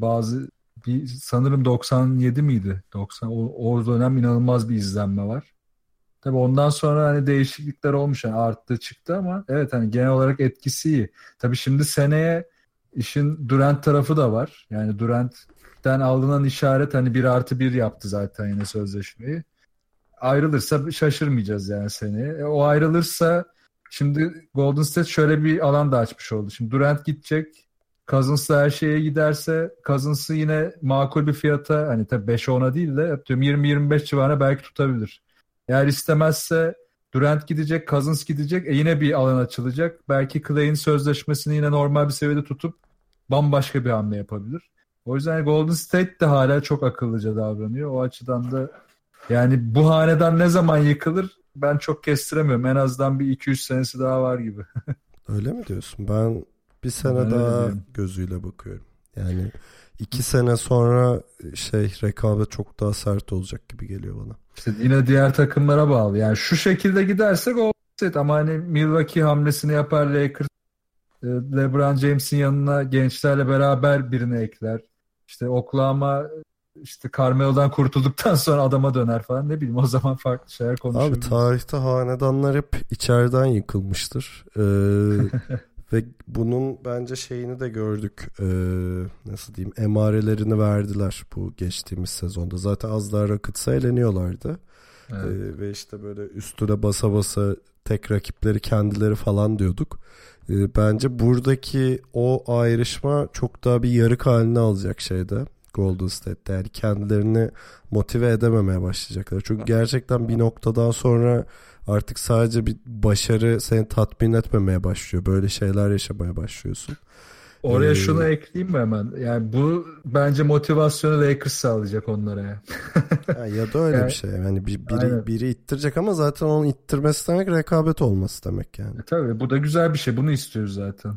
sanırım 97 miydi? 90 o dönem inanılmaz bir izlenme var. Tabii ondan sonra hani değişiklikler olmuş, yani arttı çıktı ama evet hani genel olarak etkisi iyi. Tabii şimdi seneye işin Durant tarafı da var. Yani Durant'ten alınan işaret hani 1+1 yaptı zaten yine sözleşmeyi. Ayrılırsa şaşırmayacağız yani seneye. O ayrılırsa şimdi Golden State şöyle bir alan da açmış oldu. Şimdi Durant gidecek. Cousins'la her şeye giderse Cousins'ı yine makul bir fiyata, hani tabii 5'e 10'a değil de 20-25 civarına belki tutabilir. Eğer istemezse Durant gidecek, Cousins gidecek. Yine bir alan açılacak. Belki Clay'in sözleşmesini yine normal bir seviyede tutup bambaşka bir hamle yapabilir. O yüzden Golden State de hala çok akıllıca davranıyor. O açıdan da yani bu hanedan ne zaman yıkılır ben çok kestiremiyorum. En azından bir 2-3 senesi daha var gibi. Öyle mi diyorsun? Ben bir sene Ben daha gözüyle bakıyorum. Yani 2 sene sonra rekabet çok daha sert olacak gibi geliyor bana. İşte yine diğer takımlara bağlı. Yani şu şekilde gidersek Golden State, ama hani Milwaukee hamlesini yapar, Lakers LeBron James'in yanına gençlerle beraber birini ekler. İşte Oklahoma işte Carmelo'dan kurtulduktan sonra adama döner falan. Ne bileyim, o zaman farklı şeyler konuşuruz. Abi tarihte hanedanlar hep içeriden yıkılmıştır. Ve bunun bence şeyini de gördük. Nasıl diyeyim? Emarelerini verdiler bu geçtiğimiz sezonda. Zaten az daha Rockets'a eleniyorlardı. Evet. Ve işte böyle üstüne basa basa tek rakipleri kendileri falan diyorduk. Bence buradaki o ayrışma çok daha bir yarık haline alacak şeyde. Golden State'te. Yani kendilerini motive edememeye başlayacaklar. Çünkü gerçekten bir noktadan sonra artık sadece bir başarı seni tatmin etmemeye başlıyor. Böyle şeyler yaşamaya başlıyorsun. Oraya şunu ekleyeyim mi hemen? Yani bu bence motivasyonu Lakers sağlayacak onlara ya. Ya da öyle yani, bir şey. Yani biri ittirecek ama zaten onun ittirmesi demek rekabet olması demek yani. Tabii bu da güzel bir şey. Bunu istiyoruz zaten.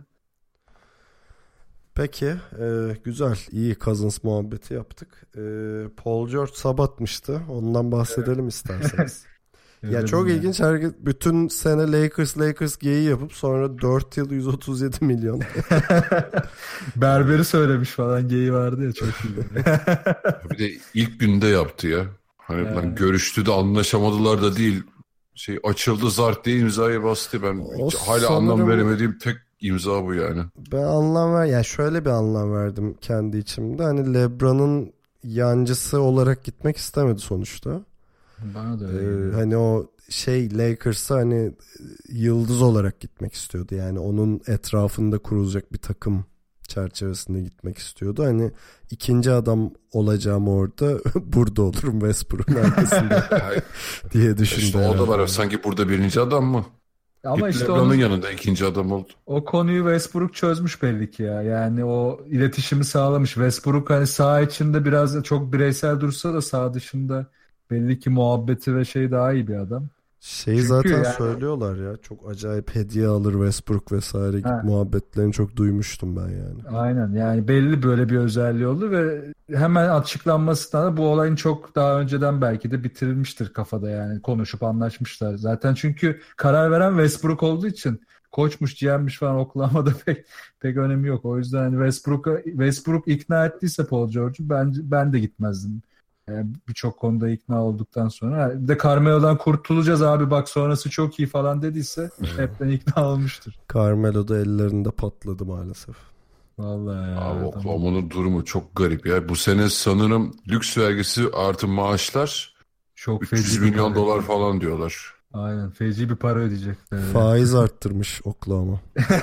Peki güzel, iyi Cousins muhabbeti yaptık. Paul George sabatmıştı. Ondan bahsedelim isterseniz. Ya çok ilginç, herkes bütün sene Lakers geyiği yapıp sonra 4 yıl 137 milyon. Berberi söylemiş falan geyiği vardı ya, çok iyi. Bir de ilk günde yaptı ya. Hani lan görüştü de anlaşamadılar da değil. Açıldı zart diye imzayı bastı. Ben hala anlam veremediğim tek imza bu yani. Ben yani şöyle bir anlam verdim kendi içimde. Hani LeBron'un yancısı olarak gitmek istemedi sonuçta. Bana da öyle. Hani o Lakers'a hani yıldız olarak gitmek istiyordu. Yani onun etrafında kurulacak bir takım çerçevesinde gitmek istiyordu. Hani ikinci adam olacağım orada, burada olurum Westbrook'un arkasında diye düşündü. İşte o da var. Sanki burada birinci adam mı? Ama işte LeBron'un yanında ikinci adam oldu. O konuyu Westbrook çözmüş belli ki ya. Yani o iletişimi sağlamış. Westbrook hani saha içinde biraz da çok bireysel dursa da saha dışında belli ki muhabbeti ve daha iyi bir adam. Zaten yani söylüyorlar ya, çok acayip hediye alır Westbrook vesaire gibi muhabbetlerini çok duymuştum ben yani. Aynen, yani belli böyle bir özelliği oldu ve hemen açıklanmasından da bu olayın çok daha önceden belki de bitirilmiştir kafada, yani konuşup anlaşmışlar. Zaten çünkü karar veren Westbrook olduğu için koçmuş, GM'miş falan Oklahoma'da pek önemi yok. O yüzden hani Westbrook ikna ettiyse Paul George'u ben de gitmezdim. Yani birçok konuda ikna olduktan sonra bir de Carmelo'dan kurtulacağız abi bak sonrası çok iyi falan dediyse hepten ikna olmuştur. Carmelo da ellerinde patladı maalesef. Vallahi ya. Abi Oklahoma'nın durumu çok garip ya. Bu sene sanırım lüks vergisi artı maaşlar çok 300 milyon dolar falan diyorlar. Aynen, feci bir para ödeyecekler. Faiz arttırmış Oklahoma.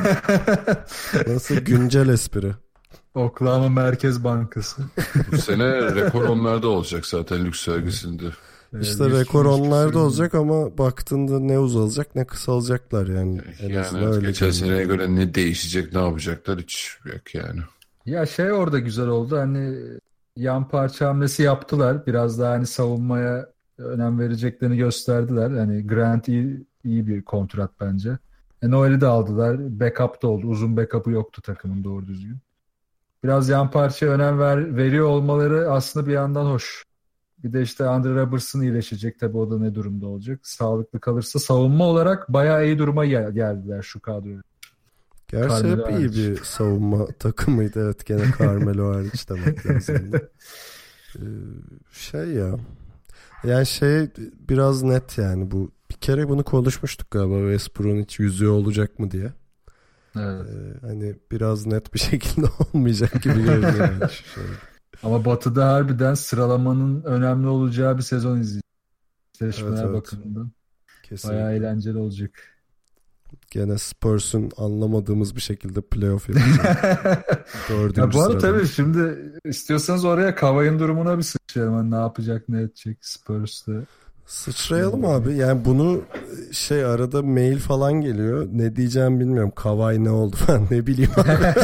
Nasıl güncel espri. Oklahoma Merkez Bankası. Bu sene rekor onlarda olacak zaten lüks vergisinde. İşte rekor onlarda olacak ama baktığında ne uzalacak ne kısalacaklar yani. Yani geçen seneye göre ne değişecek, ne yapacaklar hiç yok yani. Ya orada güzel oldu, hani yan parça hamlesi yaptılar. Biraz daha hani savunmaya önem vereceklerini gösterdiler. Hani Grant iyi bir kontrat bence. Noel'i de aldılar. Backup da oldu. Uzun backup'ı yoktu takımın doğru düzgün. Biraz yan parçaya önem veriyor olmaları aslında bir yandan hoş. Bir de işte Andre Robertson iyileşecek. Tabii o da ne durumda olacak. Sağlıklı kalırsa savunma olarak bayağı iyi duruma geldiler şu kadroya. Gerçi hep iyi bir savunma takımıydı. Evet, gene Carmelo hariç demek lazım. Yani biraz net yani bu. Bir kere bunu konuşmuştuk galiba, Westbrook'un hiç yüzüğü olacak mı diye. Evet. Hani biraz net bir şekilde olmayacak gibi görünüyor. Yani. Ama Batı'da harbiden sıralamanın önemli olacağı bir sezon izleyeceğiz. Seçmeler Evet. bakımından. Kesinlikle. Bayağı eğlenceli olacak. Gene Spurs'un anlamadığımız bir şekilde playoff yapacak. Ya bu arada sırada. tabii şimdi istiyorsanız oraya Kawhi'nin durumuna bir sıçrayalım. Hani ne yapacak, ne edecek Spurs'ta. Sıçrayalım abi. Yani bunu arada mail falan geliyor. Ne diyeceğim bilmiyorum. Kawhi ne oldu falan ne bileyim.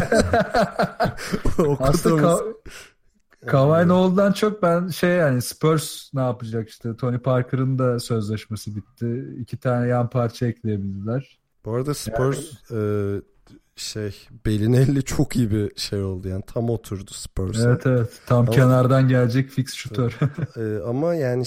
Aslında Kawhi ne olduğundan çok ben yani Spurs ne yapacak işte. Tony Parker'ın da sözleşmesi bitti. 2 tane yan parça ekleyebildiler. Bu arada Spurs Bellinelli çok iyi bir oldu yani. Tam oturdu Spurs'a. Evet. Tam kenardan gelecek fix şutör. Ama yani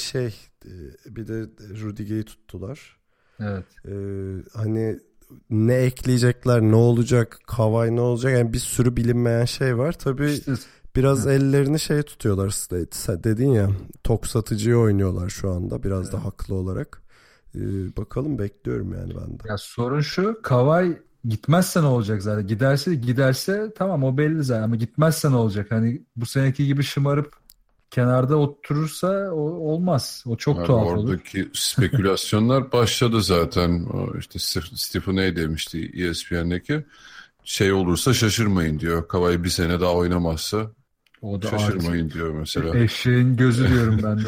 bir de Rudiger'i tuttular. Evet. Hani ne ekleyecekler, ne olacak, Kawhi ne olacak, yani bir sürü bilinmeyen şey var. Tabii İşte, biraz ellerini tutuyorlar. Sen dedin ya, tok satıcıya oynuyorlar şu anda biraz da haklı olarak. Bakalım, bekliyorum yani ben de. ya sorun şu, Kawhi gitmezse ne olacak zaten? Giderse tamam, o belli zaten, ama gitmezse ne olacak? Hani bu seneki gibi şımarıp kenarda oturursa olmaz. O çok tuhaf olur. Oradaki spekülasyonlar başladı zaten. İşte Stephen A demişti ESPN'deki. Olursa şaşırmayın diyor. Kawhi bir sene daha oynamazsa O da şaşırmayın diyor mesela. Eşeğin gözü diyorum ben de.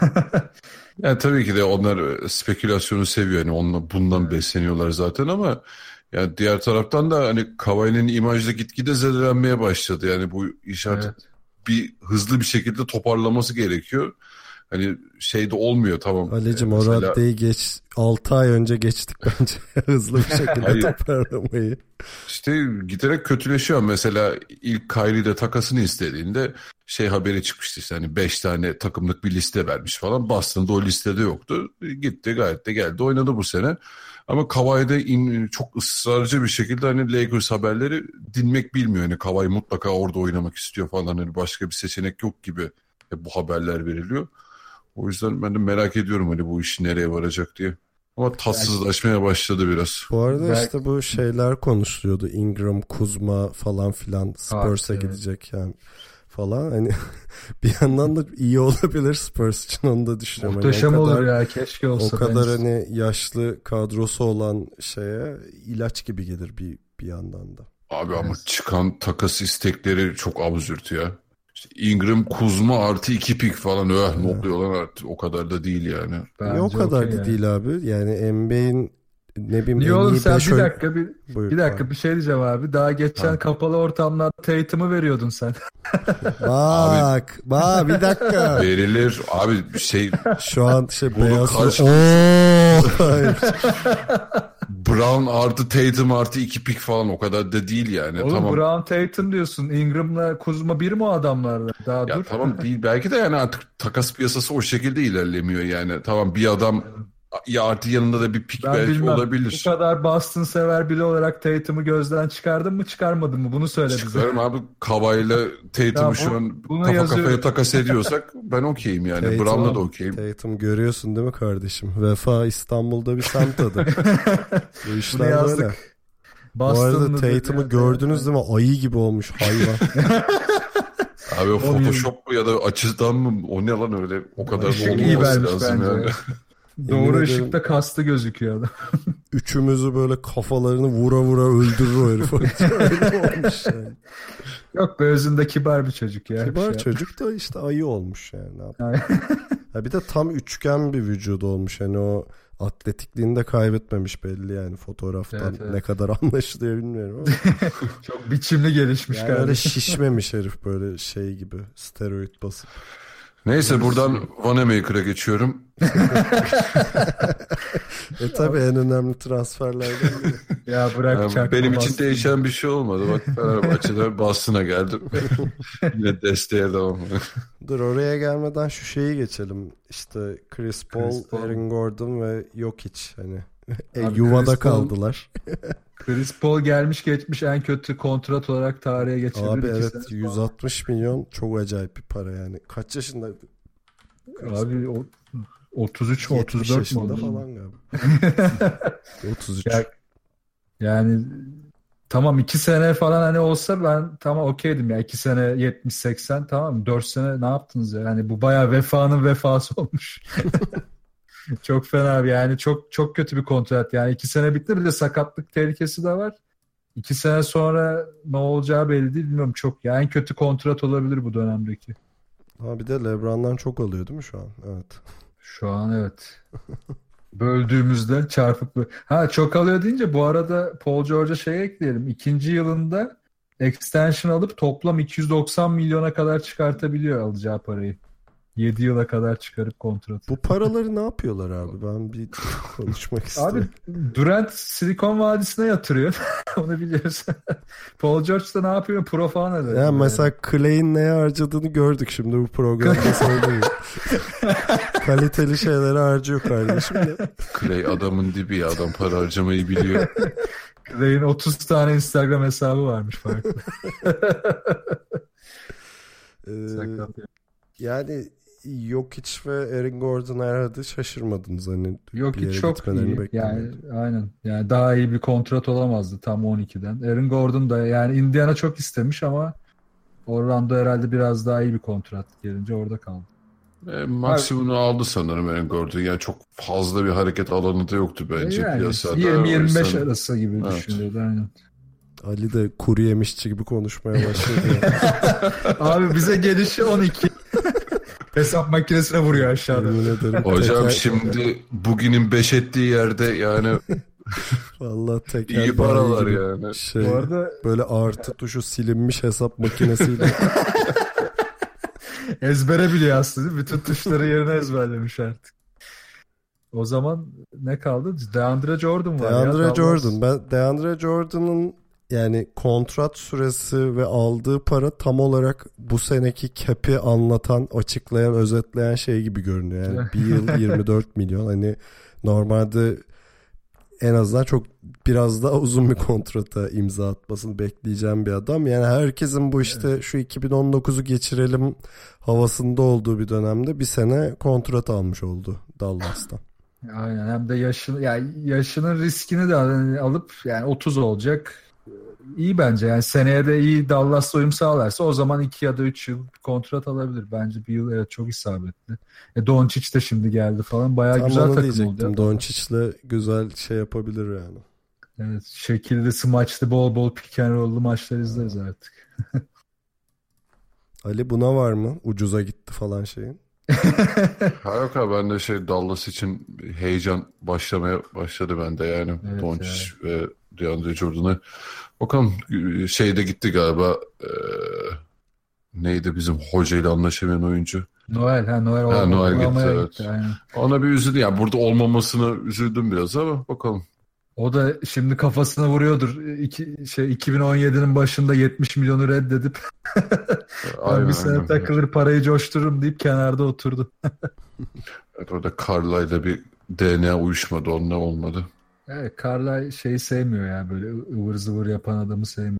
Yani tabii ki de onlar spekülasyonu seviyor. Yani bundan besleniyorlar zaten, ama yani diğer taraftan da hani Kawhi'nin imajda gitgide zedelenmeye başladı. Yani bu iş artık bir hızlı bir şekilde toparlaması gerekiyor. Hani de olmuyor, tamam. Ali'cim o raddeyi 6 ay önce geçtik bence. Hızlı bir şekilde toparlamayı. İşte giderek kötüleşiyor. Mesela ilk Kyrie'de takasını istediğinde haberi çıkmıştı işte, hani 5 tane takımlık bir liste vermiş falan. Boston'da o listede yoktu. Gitti, gayet de geldi, oynadı bu sene. Ama Kawhi'de çok ısrarcı bir şekilde hani Lakers haberleri dinmek bilmiyor. Hani Kawhi mutlaka orada oynamak istiyor falan. Hani başka bir seçenek yok gibi bu haberler veriliyor. O yüzden ben de merak ediyorum hani bu iş nereye varacak diye. Ama tatsızlaşmaya başladı biraz. Bu arada işte bu şeyler konuşuluyordu. Ingram, Kuzma falan filan Spurs'a gidecek yani falan. Hani bir yandan da iyi olabilir Spurs için, onu da düşünüyorum. Muhteşem olur ya, keşke olsa. O kadar hani yaşlı kadrosu olan ilaç gibi gelir bir yandan da. Abi ama çıkan takas istekleri çok absürt ya. İşte Ingram, Kuzma artı 2 pik falan. Ne oluyor lan artık? O kadar da değil yani. O kadar da değil abi. Yani NBA'in ne bileyim. Niye oğlum sen bir dakika bir şey diyeceğim abi. Daha geçen kapalı ortamlarda Tatum'u veriyordun sen. Bak bir dakika. Verilir abi Şu an beyaz. Brown artı Tatum artı 2 pik falan, o kadar da değil yani. Oğlum tamam. Brown Tatum diyorsun. Ingram'la Kuzma bir mi o adamlarla? Daha ya dur. Tamam değil. Belki de yani artık takas piyasası o şekilde ilerlemiyor yani. Tamam, bir adam ya artı yanında da bir pik belki bilmem. olabilir. Bu kadar Boston sever biri olarak Tatum'u gözden çıkardın mı çıkarmadın mı? Bunu söyle bize. Çıkarım abi. Kawhi'yle Tatum'u şu an kafaya takas ediyorsak ben okeyim yani. Brown'la da okeyim. Tatum görüyorsun değil mi kardeşim? Vefa İstanbul'da bir semt adı. Bu işler böyle. Bu arada Tatum'u gördünüz değil mi? Ayı gibi olmuş hayvan. Abi o Photoshop mu ya da açıdan mı? O ne lan öyle? O kadar da olmaması lazım yani. Doğru ışıkta kastı gözüküyor adam. Üçümüzü böyle kafalarını vura öldürür o herif. Olmuş yani. Yok be, özünde kibar bir çocuk ya. Kibar çocuk da işte ayı olmuş yani. Ne yapayım? Bir de tam üçgen bir vücudu olmuş. Yani o atletikliğini de kaybetmemiş belli yani fotoğraftan. Evet. Ne kadar anlaşılıyor bilmiyorum ama. Çok biçimli gelişmiş yani kardeşim. Öyle şişmemiş herif, böyle gibi steroid basıp. Neyse, buradan Vanamaker'a geçiyorum. Tabii en önemli transferlerden biri. Ya bırak yani benim için değişen bir şey olmadı. Bak Fenerbahçe'de Boston'a geldim. Yine desteğe devam. Dur, oraya gelmeden şu şeyi geçelim. İşte Chris Paul, Aaron Gordon ve Jokic hani yuvada kaldılar. Chris Paul gelmiş geçmiş en kötü kontrat olarak tarihe geçebilir. Abi evet, 160 milyon çok acayip bir para yani. Kaç yaşındaydı? Abi o 33 mu 70 34 mu yaşında oldu? falan galiba. 33. Yani tamam 2 sene falan hani olsa ben tamam okeydim ya. 2 sene 70-80 tamam 4 sene ne yaptınız ya? Yani bu bayağı vefanın vefası olmuş. Çok fena yani çok çok kötü bir kontrat. Yani 2 sene bitti bir de sakatlık tehlikesi de var. 2 sene sonra ne olacağı belli değil bilmiyorum çok. Yani en kötü kontrat olabilir bu dönemdeki. Ha bir de LeBron'dan çok alıyor değil mi şu an? Evet. Şu an evet. Böldüğümüzde çarpıp çok alıyor deyince bu arada Paul George'a şey ekleyelim. 2. yılında extension alıp toplam 290 milyona kadar çıkartabiliyor alacağı parayı. 7 yıla kadar çıkarıp kontratı. Bu paraları ne yapıyorlar abi? Ben bir konuşmak istiyorum. Abi Durant Silikon Vadisi'ne yatırıyor. Onu biliyorsun. Paul George da ne yapıyor? Pro falan eder. Ya mesela Clay'in neye harcadığını gördük şimdi bu programda söyleyeyim. Kaliteli şeyleri harcıyor kardeşim de. Clay adamın dibi ya. Adam para harcamayı biliyor. Clay'in 30 tane Instagram hesabı varmış farklı. Yani Jokic ve Aaron Gordon herhalde şaşırmadınız hani Jokic bir yere çok gitmelerini iyi. beklemiyordum. Yani aynen. Yani daha iyi bir kontrat olamazdı tam 12'den. Aaron Gordon da yani Indiana çok istemiş ama Orlando herhalde biraz daha iyi bir kontrat gelince orada kaldı. Maksimumunu aldı sanırım Aaron Gordon. Yani çok fazla bir hareket alanı da yoktu bence Yani piyasada. 20-25 arası gibi düşünüyordu aynen. Ali de kuru yemişçi gibi konuşmaya başladı. Abi bize gelişi 12. Hesap makinesine vuruyor aşağıda. Hocam şimdi bugünün 5 ettiği yerde yani vallahi teker iyi paralar gibi yani. Bu arada böyle artı tuşu silinmiş hesap makinesiyle. ezbere biliyor aslında. Bütün tuşları yerine ezberlemiş artık. O zaman ne kaldı? DeAndre Jordan var DeAndre Jordan. Ben DeAndre Jordan'ın yani kontrat süresi ve aldığı para tam olarak bu seneki cap'i anlatan, açıklayan, özetleyen şey gibi görünüyor. Yani bir yıl 24 milyon. Hani normalde en azından çok biraz daha uzun bir kontrata imza atmasını bekleyeceğim bir adam. Yani herkesin bu işte şu 2019'u geçirelim havasında olduğu bir dönemde bir sene kontrat almış oldu Dallas'tan. Aynen hem de yaşının riskini de alıp yani 30 olacak. İyi bence yani seneye de iyi Dallas'la uyum sağlarsa o zaman 2 ya da 3 yıl kontrat alabilir. Bence bir yıl evet çok isabetli. Doncic de şimdi geldi falan bayağı tam güzel takım diyecektim. oldu. Doncic'le güzel şey yapabilir yani. Evet şekilli smaçlı bol bol pick and roll'lu maçlar izleriz artık. Ali buna var mı? Ucuza gitti falan şeyin. Yok abi ben de Dallas için heyecan başlamaya başladı bende yani. Evet, Doncic ve DeAndre Jordan'ı. Bakalım şeyde gitti galiba neydi bizim hocayla anlaşamayan oyuncu? Noel Noel gitti evet. Gitti, aynen. Ona bir üzüldüm yani burada olmamasına üzüldüm biraz ama bakalım. O da şimdi kafasına vuruyordur. 2017'nin başında 70 milyonu reddedip ben bir sene takılır parayı coştururum deyip kenarda oturdu. Evet, orada Carlisle'la bir DNA uyuşmadı onunla olmadı. Evet, Carlisle sevmiyor ya böyle ıvır zıvır yapan adamı sevmiyor.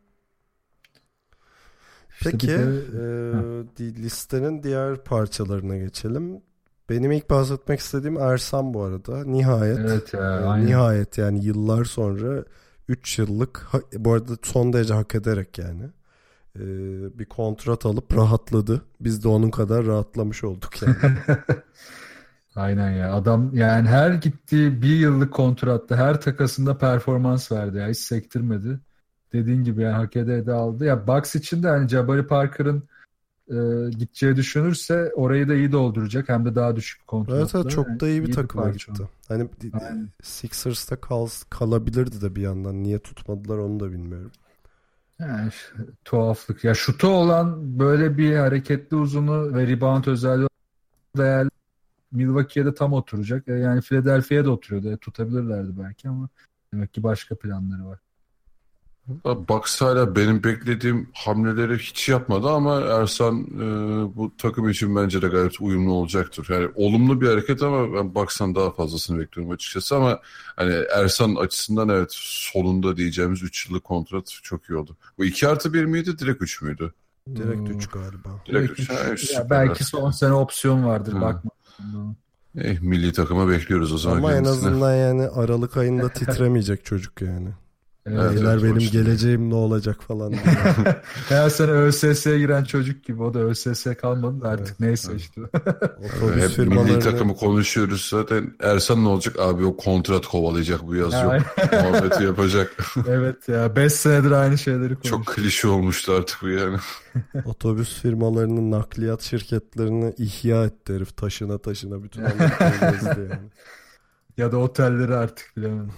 Peki listenin diğer parçalarına geçelim. Benim ilk bahsetmek istediğim Ersan bu arada. Nihayet. Evet ya, nihayet yani yıllar sonra 3 yıllık bu arada son derece hak ederek yani bir kontrat alıp rahatladı. Biz de onun kadar rahatlamış olduk yani. Aynen ya. Adam yani her gittiği bir yıllık kontratta her takasında performans verdi ya. Hiç sektirmedi. Dediğin gibi yani hak ede aldı. Ya Bucks için de hani Jabari Parker'ın gideceği düşünürse orayı da iyi dolduracak. Hem de daha düşük kontratla. Evet çok da iyi bir takıma gitti. Oldu. Hani Sixers'ta kalabilirdi de bir yandan. Niye tutmadılar onu da bilmiyorum. Yani tuhaflık. Ya şutu olan böyle bir hareketli uzunu ve rebound özelliği değerli Milwaukee'ye de tam oturacak. Yani Philadelphia'ya da oturuyordu. Tutabilirlerdi belki ama demek ki başka planları var. Bucks hala benim beklediğim hamleleri hiç yapmadı ama Ersan bu takım için bence de gayet uyumlu olacaktır. Yani olumlu bir hareket ama ben Bucks'tan daha fazlasını bekliyorum açıkçası ama hani Ersan açısından evet sonunda diyeceğimiz 3 yıllık kontrat çok iyi oldu. Bu 2+1 miydi direkt 3 müydü? Direkt 3 galiba. Direkt 3. Ya belki son sene opsiyon vardır bakma. Milli takıma bekliyoruz o zaman Ama en kendisini. azından yani Aralık ayında titremeyecek çocuk yani. Evet, Beyler benim hoş değil. geleceğim ne olacak falan diye. Her sene ÖSS'ye giren çocuk gibi. O da ÖSS kalmadı da artık neyse işte. Otobüs Hep milli firmalarını takımı konuşuyoruz zaten. Ersan ne olacak? Abi o kontrat kovalayacak bu yaz yok. Muhabbeti yapacak. Evet ya 5 senedir aynı şeyleri konuşuyoruz. Çok klişe olmuştu artık bu yani. otobüs firmalarının nakliyat şirketlerini ihya etti herif. Taşına bütün Amerika'yı gezdi yani. Ya da otelleri artık bilemem.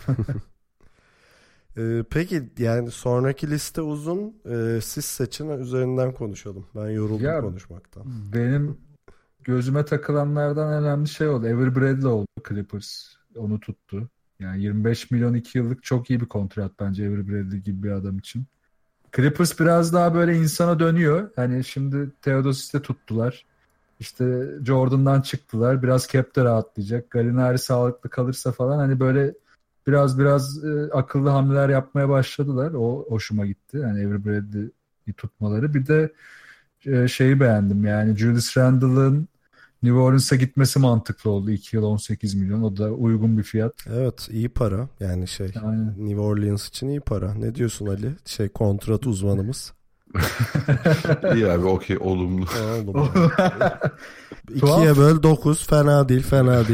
Peki yani sonraki liste uzun. Siz seçin, üzerinden konuşalım. Ben yoruldum Ya, konuşmaktan. Benim gözüme takılanlardan en önemli şey oldu. Avery Bradley oldu Clippers. Onu tuttu. Yani 25 milyon 2 yıllık çok iyi bir kontrat bence Avery Bradley gibi bir adam için. Clippers biraz daha böyle insana dönüyor. Hani şimdi Theodosis'i tuttular. İşte Jordan'dan çıktılar. Biraz cap de rahatlayacak. Gallinari sağlıklı kalırsa falan hani böyle biraz akıllı hamleler yapmaya başladılar. O hoşuma gitti. Yani Avery Bradley'i tutmaları. Bir de şeyi beğendim. Yani Julius Randle'ın New Orleans'a gitmesi mantıklı oldu. 2 yıl 18 milyon. O da uygun bir fiyat. Evet, iyi para. Yani Aynen. New Orleans için iyi para. Ne diyorsun Ali? Kontrat uzmanımız. İyi abi, okey, olumlu. Oldu. 2'ye böl 9, fena değil.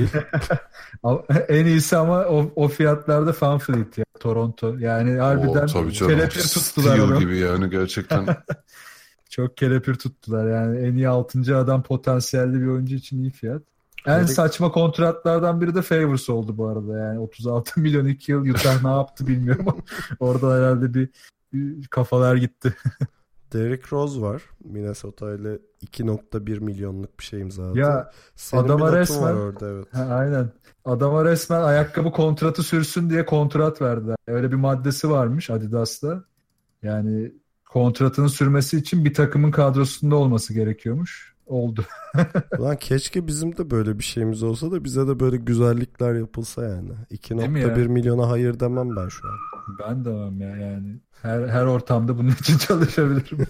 En iyisi ama o fiyatlarda Fanfleet ya Toronto. Yani harbiden Tabii canım. kelepir tuttular Steel onu. gibi yani gerçekten. Çok kelepir tuttular yani. En iyi 6. adam potansiyelli bir oyuncu için iyi fiyat. En saçma kontratlardan biri de Favors oldu bu arada. Yani 36 milyon 2 yıl Utah ne yaptı bilmiyorum ama orada herhalde bir kafalar gitti. Derrick Rose var. Minnesota ile 2.1 milyonluk bir şey imzaladı. Ya Senin adama bir notun resmen var orada, evet. aynen. Adama resmen ayakkabı kontratı sürsün diye kontrat verdiler. Öyle bir maddesi varmış Adidas'ta. Yani kontratının sürmesi için bir takımın kadrosunda olması gerekiyormuş. Oldu. Ulan keşke bizim de böyle bir şeyimiz olsa da bize de böyle güzellikler yapılsa yani. Değil mi ya? 2.1 milyona hayır demem ben şu an. Ben demem ya yani. Her ortamda bunun için çalışabilirim.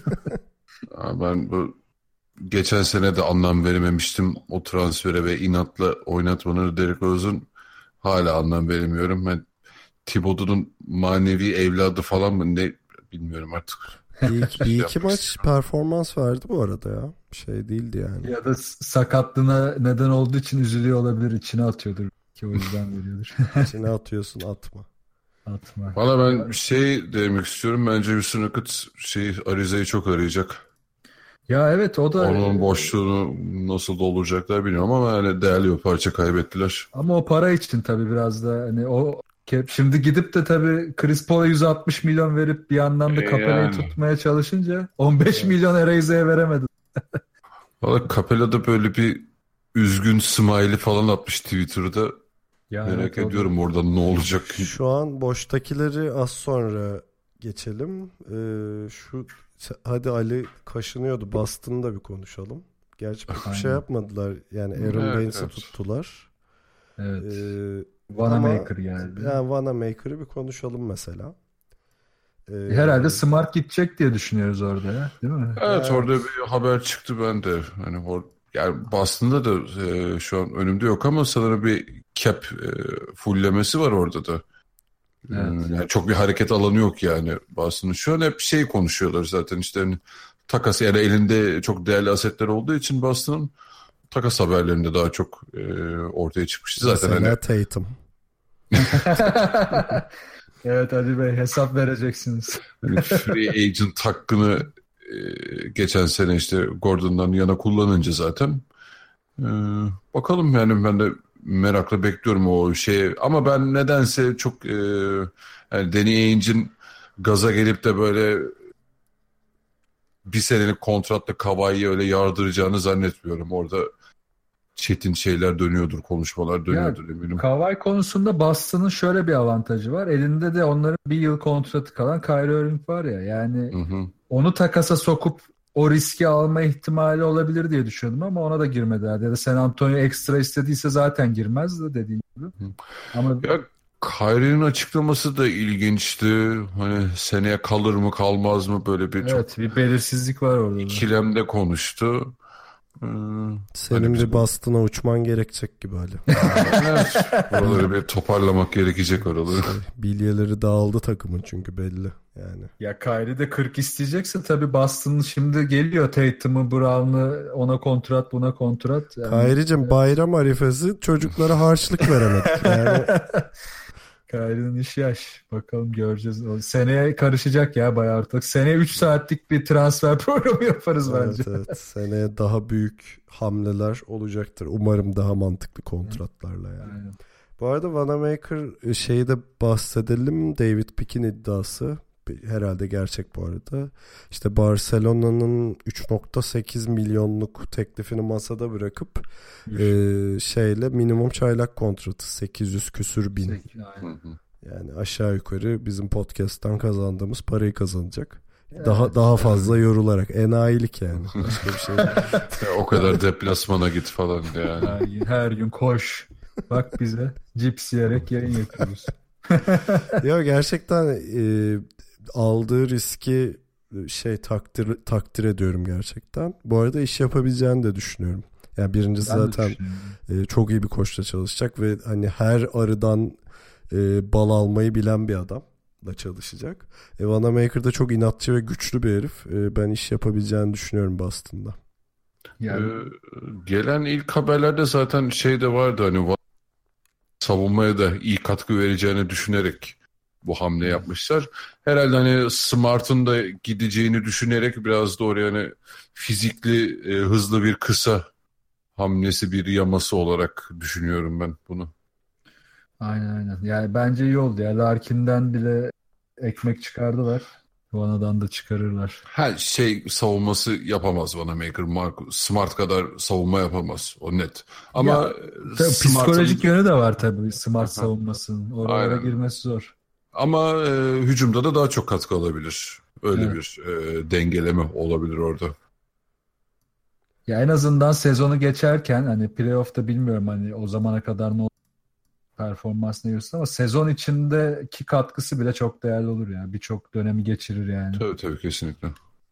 Ben bu geçen sene de anlam verememiştim o transfere ve inatla oynatmaları Derrick Rose'un. Hala anlam veremiyorum. Ben Thibodeau'nun manevi evladı falan mı ne bilmiyorum artık. Bir iki maç performans verdi bu arada ya. Şey değildi yani. Ya da sakatlığına neden olduğu için üzülüyor olabilir. İçine atıyordur. Ki o yüzden veriyordur. İçine atıyorsun, atma. Atma. Valla ben demek istiyorum. Bence Houston Rockets Ariza'yı çok arayacak. Ya evet o da... Onun boşluğunu nasıl dolduracaklar bilmiyorum ama yani değerli bir parça kaybettiler. Ama o para için tabii biraz da hani o şimdi gidip de tabii Chris Paul'a 160 milyon verip bir yandan da Capella'yı Yani. tutmaya çalışınca 15 milyon Arize'ye veremedi. Valla Capella da böyle bir üzgün smiley falan atmış Twitter'da. Ya Merak evet, ediyorum orada ne olacak. Şu an boştakileri az sonra geçelim. Hadi Ali kaşınıyordu. Boston'ı da bir konuşalım. Gerçi pek bir şey yapmadılar. Yani Aaron Baines'i tuttular. Evet. Vanamaker yani. Yani Vanamaker'ı bir konuşalım mesela. Herhalde Smart gidecek diye düşünüyoruz orada ya, değil mi? Evet, orada bir haber çıktı ben de. Hani yani Boston'da da şu an önümde yok ama sanırım bir cap fulllemesi var orada da. Evet. Yani çok bir hareket alanı yok yani Boston'ın. Şu an hep konuşuyorlar zaten işte hani takas, yani elinde çok değerli asetler olduğu için Boston'ın takas haberlerinde daha çok ortaya çıkmıştı zaten. Mesela Hani Tatum. Evet Ali Bey, hesap vereceksiniz. hani free agent hakkını geçen sene işte Gordon'dan yana kullanınca zaten bakalım yani ben de merakla bekliyorum o şeyi ama ben nedense çok yani Danny Ainge'in gaza gelip de böyle bir senelik kontratla Kawhi'yi öyle yardıracağını zannetmiyorum. Orada çetin şeyler dönüyordur, konuşmalar dönüyordur eminim. Kawhi konusunda Boston'ın şöyle bir avantajı var. Elinde de onların bir yıl kontratı kalan Kyrie Irving var ya. Yani onu takasa sokup o riski alma ihtimali olabilir diye düşünüyordum ama ona da girmediler. Ya da San Antonio ekstra istediyse zaten girmezdi dediğim gibi. Ama ya Kyrie'nin açıklaması da ilginçti. Hani seneye kalır mı kalmaz mı böyle bir evet, bir belirsizlik var orada. ikilemde konuştu. Senin bir Boston'a uçman gerekecek gibi Ali. Oraları bir toparlamak gerekecek oraları. Bilyeleri dağıldı takımın çünkü belli yani. Ya Kyrie de 40 isteyecekse tabii Boston şimdi geliyor, Tatum'u, Brown'u, ona kontrat, buna kontrat. Yani, Kyrie'cim bayram arifesi çocuklara harçlık veremedik yani. Kyrie'nin işi yaş. Bakalım göreceğiz. O seneye karışacak ya bayağı artık. Seneye 3 saatlik bir transfer programı yaparız bence. Evet. Seneye daha büyük hamleler olacaktır. Umarım daha mantıklı kontratlarla yani. Aynen. Bu arada Vanamaker şeyi de bahsedelim. David Pick'in iddiası. Herhalde gerçek bu arada. İşte Barcelona'nın 3.8 milyonluk teklifini masada bırakıp şeyle minimum çaylak kontratı 800 küsür bin. Yani aşağı yukarı bizim podcast'tan kazandığımız parayı kazanacak. Daha fazla yorularak. Enayilik yani. Başka bir şey değil. O kadar deplasmana git falan yani. Her gün koş. Bak bize cips yiyerek yayın yapıyoruz. Ya gerçekten aldığı riski takdir ediyorum gerçekten. Bu arada iş yapabileceğini de düşünüyorum. Yani birincisi zaten çok iyi bir koçla çalışacak ve hani her arıdan bal almayı bilen bir adamla çalışacak. Vanamaker da çok inatçı ve güçlü bir herif. Ben iş yapabileceğini düşünüyorum Boston'da. Yani... Gelen ilk haberlerde zaten şey de vardı, hani savunmaya da iyi katkı vereceğini düşünerek bu hamle yapmışlar. Herhalde hani Smart'ın da gideceğini düşünerek biraz da oraya hani fizikli, hızlı bir kısa hamlesi, bir yaması olarak düşünüyorum ben bunu. Aynen. Yani bence iyi oldu ya. Larkin'den bile ekmek çıkardılar. Vana'dan da çıkarırlar. Her şey savunması yapamaz Vanamaker. Smart kadar savunma yapamaz. O net. Ama psikolojik yönü de var tabii Smart savunmasının. Oralara girmesi zor. Ama hücumda da daha çok katkı alabilir. Öyle bir dengeleme olabilir orada. Ya en azından sezonu geçerken hani playoff'ta bilmiyorum hani o zamana kadar ne performans ne diyorsun ama sezon içindeki katkısı bile çok değerli olur ya. Birçok dönemi geçirir yani. Tabii kesinlikle.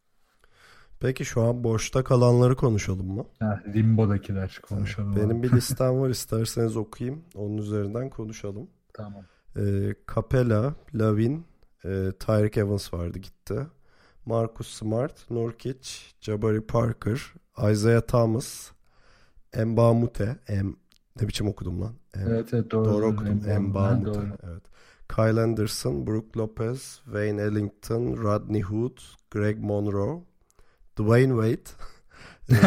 Peki şu an boşta kalanları konuşalım mı? Limbo'dakiler konuşalım. Benim bir listem var, isterseniz okuyayım. Onun üzerinden konuşalım. Tamam. Capella, Lavin, Tyreek Evans vardı gitti. Marcus Smart, Nurkic, Jabari Parker, Isaiah Thomas, Mbah Moute, ne biçim okudum lan? Evet doğru okudum. Mbah Moute. Doğru. Evet. Kyle Anderson, Brook Lopez, Wayne Ellington, Rodney Hood, Greg Monroe, Dwayne Wade,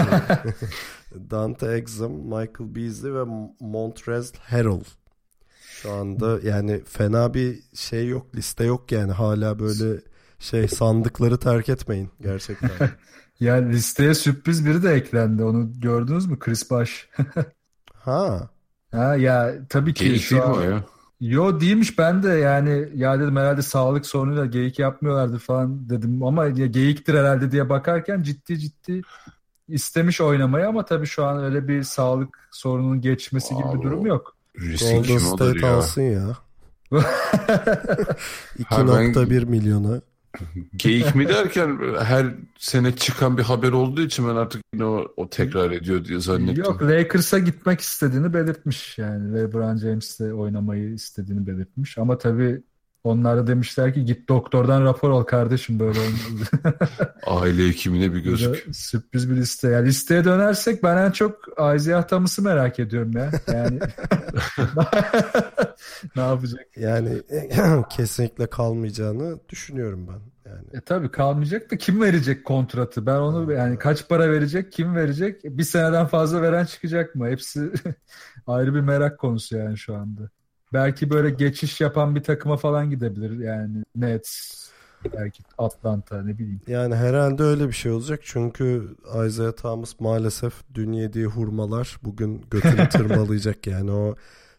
Dante Exum, Michael Beasley ve Montrezl Harrell. Şu anda yani fena bir şey yok, liste yok yani, hala böyle sandıkları terk etmeyin gerçekten. Ya listeye sürpriz biri de eklendi. Onu gördünüz mü? Chris Bosh. Ha ya tabii ki Geyik şu değil mi an... o ya? Yo değilmiş, ben de yani ya dedim herhalde sağlık sorunuyla geyik yapmıyorlardı falan dedim ama ya geyiktir herhalde diye bakarken ciddi istemiş oynamayı ama tabii şu an öyle bir sağlık sorununun geçmesi gibi bir durum yok. Golden State alsın ya. 2.1 milyona. Geyik mi derken her sene çıkan bir haber olduğu için ben artık yine o tekrar ediyor diye zannettim. Yok, Lakers'a gitmek istediğini belirtmiş yani. LeBron James'le oynamayı istediğini belirtmiş. Ama tabii onlar da demişler ki git doktordan rapor al kardeşim, böyle olmaz. Aile hekimine bir gözük. Sürpriz bir liste. Yani listeye dönersek ben en çok Isaiah Thomas'ı merak ediyorum ya. Yani ne yapacak? Yani kesinlikle kalmayacağını düşünüyorum ben. Yani. Tabii kalmayacak da kim verecek kontratı? Ben onu yani kaç para verecek, kim verecek? Bir seneden fazla veren çıkacak mı? Hepsi ayrı bir merak konusu yani şu anda. Belki böyle geçiş yapan bir takıma falan gidebilir yani, Nets, belki Atlanta, ne bileyim. Yani herhalde öyle bir şey olacak çünkü Isaiah Thomas maalesef dün yediği hurmalar bugün götünü tırmalayacak yani. O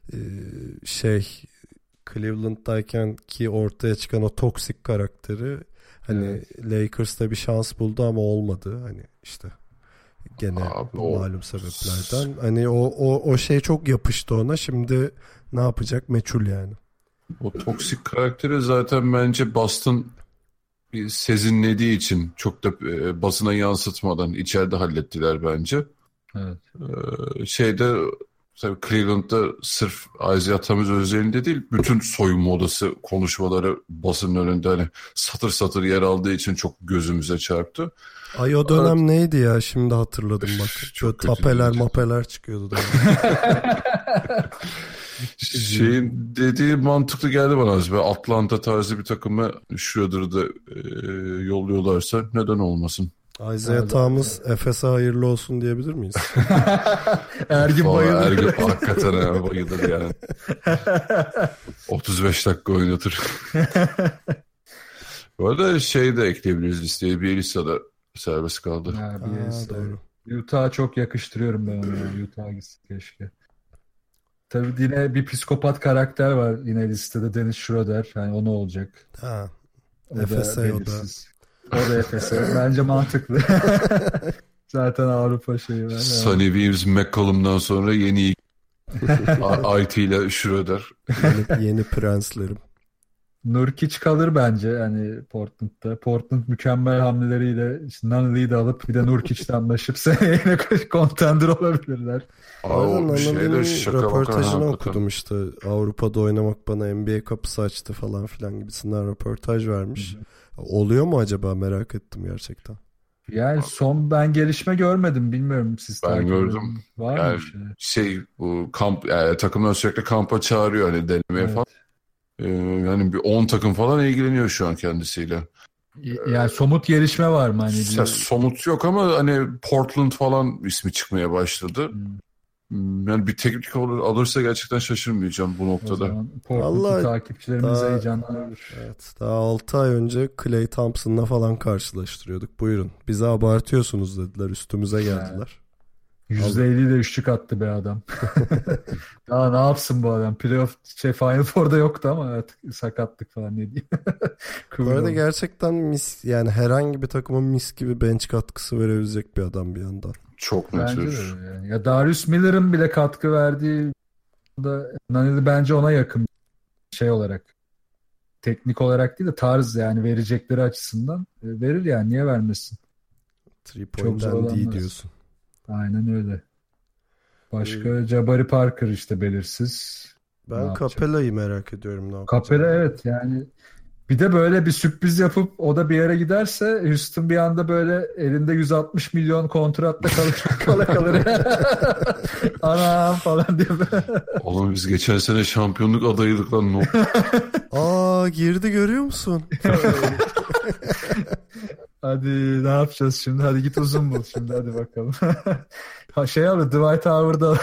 Cleveland'dayken ki ortaya çıkan o toksik karakteri hani Lakers'ta bir şans buldu ama olmadı hani işte gene malum sebeplerden hani o çok yapıştı ona, şimdi ne yapacak meçhul yani. O toksik karakteri zaten bence Boston sezinlediği için çok da basına yansıtmadan içeride hallettiler bence. Evet. Şeyde tabii Cleveland'da sırf Isaiah Thomas özelinde değil, bütün soyunma odası konuşmaları basının önünde hani satır satır yer aldığı için çok gözümüze çarptı. Ay o dönem neydi ya, şimdi hatırladım bak. Çok Böyle kötü tapeler değil. mapeler çıkıyordu da. Şeyin dediği mantıklı geldi bana az. Böyle Atlanta tarzı bir takımı Schroeder'ı da yolluyorlarsa neden olmasın? Isaiah Thomas Efes'e hayırlı olsun diyebilir miyiz? Ergin bayılır. Ergin hakikaten bayılır yani. 35 dakika oynatır. Bu arada şey de ekleyebiliriz listeye. Bielsa da serbest kaldı. Ha, doğru. Utah'a çok yakıştırıyorum ben onu. Yani. Utah'a gitsin keşke. Tabii yine bir psikopat karakter var yine listede, Dennis Schroeder. Yani o ne olacak? Ha. O da Efes'e o da. belirsiz. O da Efes'e. Bence mantıklı. Zaten Avrupa şeyi var. Sonny Weems McCollum'dan sonra yeni IT ile Schroeder. Yeni prenslerim. Nurkic kalır bence yani Portland'da. Portland mükemmel hamleleriyle işte Nunnally'i de alıp bir de Nurkic'le anlaşıp seneye yine contender olabilirler. O şeyde şaka röportajını okudum işte. Avrupa'da oynamak bana NBA kapısı açtı falan filan gibisinden röportaj vermiş. Oluyor mu acaba, merak ettim gerçekten. Yani son ben gelişme görmedim, bilmiyorum siz Ben takip gördüm. edin. Var Yani mı bir şey? bu kamp takımlar sürekli kampa çağırıyor hani denemeye Evet. falan. Yani bir 10 takım falan ilgileniyor şu an kendisiyle. Yani somut gelişme var mı? Hani Somut yok ama hani Portland falan ismi çıkmaya başladı. Yani bir teknik alırsa gerçekten şaşırmayacağım bu o noktada. zaman Portland'ın Vallahi takipçilerimiz daha- heyecanlanır. Evet, daha 6 ay önce Klay Thompson'la falan karşılaştırıyorduk. Buyurun, bize abartıyorsunuz dediler, üstümüze geldiler. %50 de üçlük attı be adam. Daha ne yapsın bu adam? Playoff Final Four'da yoktu ama artık sakatlık falan, ne diyeyim. Bu arada gerçekten mis, yani herhangi bir takıma mis gibi bench katkısı verebilecek bir adam bir yandan. Çok net. Bence de yani. Ya Darius Miller'ın bile katkı verdiği da Nunnally bence ona yakın şey olarak. Teknik olarak değil de tarz, yani verecekleri açısından verir yani, niye vermesin? 3 Çok point zor and D olamaz. diyorsun. Aynen öyle. Başka Jabari Parker işte belirsiz. Ne Ben yapacak? Capella'yı merak ediyorum, ne yapacak. Capella evet yani. Bir de böyle bir sürpriz yapıp o da bir yere giderse Houston bir anda böyle elinde 160 milyon kontratla kalır. Anam falan diye. Oğlum biz geçen sene şampiyonluk adayıydık lan. Aa, girdi, görüyor musun? Hadi ne yapacağız şimdi? Hadi git uzun bul şimdi, hadi bakalım. Ha, şey abi, Dwight Howard'da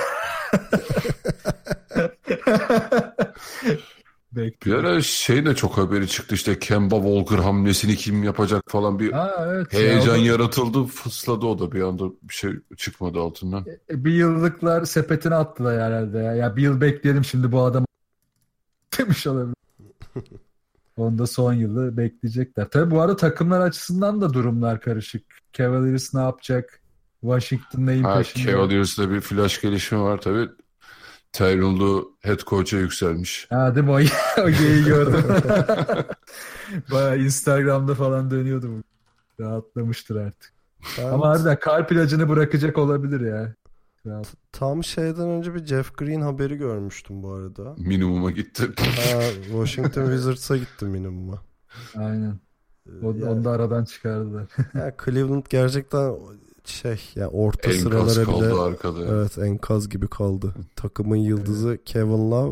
Bir ara şey de çok haberi çıktı işte, Kemba Walker hamlesini kim yapacak falan, bir evet, heyecan ya, yaratıldı, fısladı o da bir anda, bir şey çıkmadı altından. bir yıllıklar sepetine attılar herhalde ya. Ya bir yıl bekleyelim şimdi bu adam demiş olabilir. Onda son yılı bekleyecekler. Tabii bu arada takımlar açısından da durumlar karışık. Cavaliers ne yapacak? Washington neyin peşinde? Cavaliers'da bir flash gelişme var tabii. Tyronn Lue head coach'a yükselmiş. Ha değil mi? O geyiği gördüm. Bayağı Instagram'da falan dönüyordu bu. Rahatlamıştır artık. Ama harbiden kalp ilacını bırakacak olabilir ya. Tam şeyden önce bir Jeff Green haberi görmüştüm bu arada. Minimuma gitti. Washington Wizards'a gitti minimuma. Aynen. Onu da aradan çıkardılar. Cleveland gerçekten yani orta Enkaz sıralara kaldı bile arkada. evet, enkaz gibi kaldı. Takımın yıldızı Kevin Love.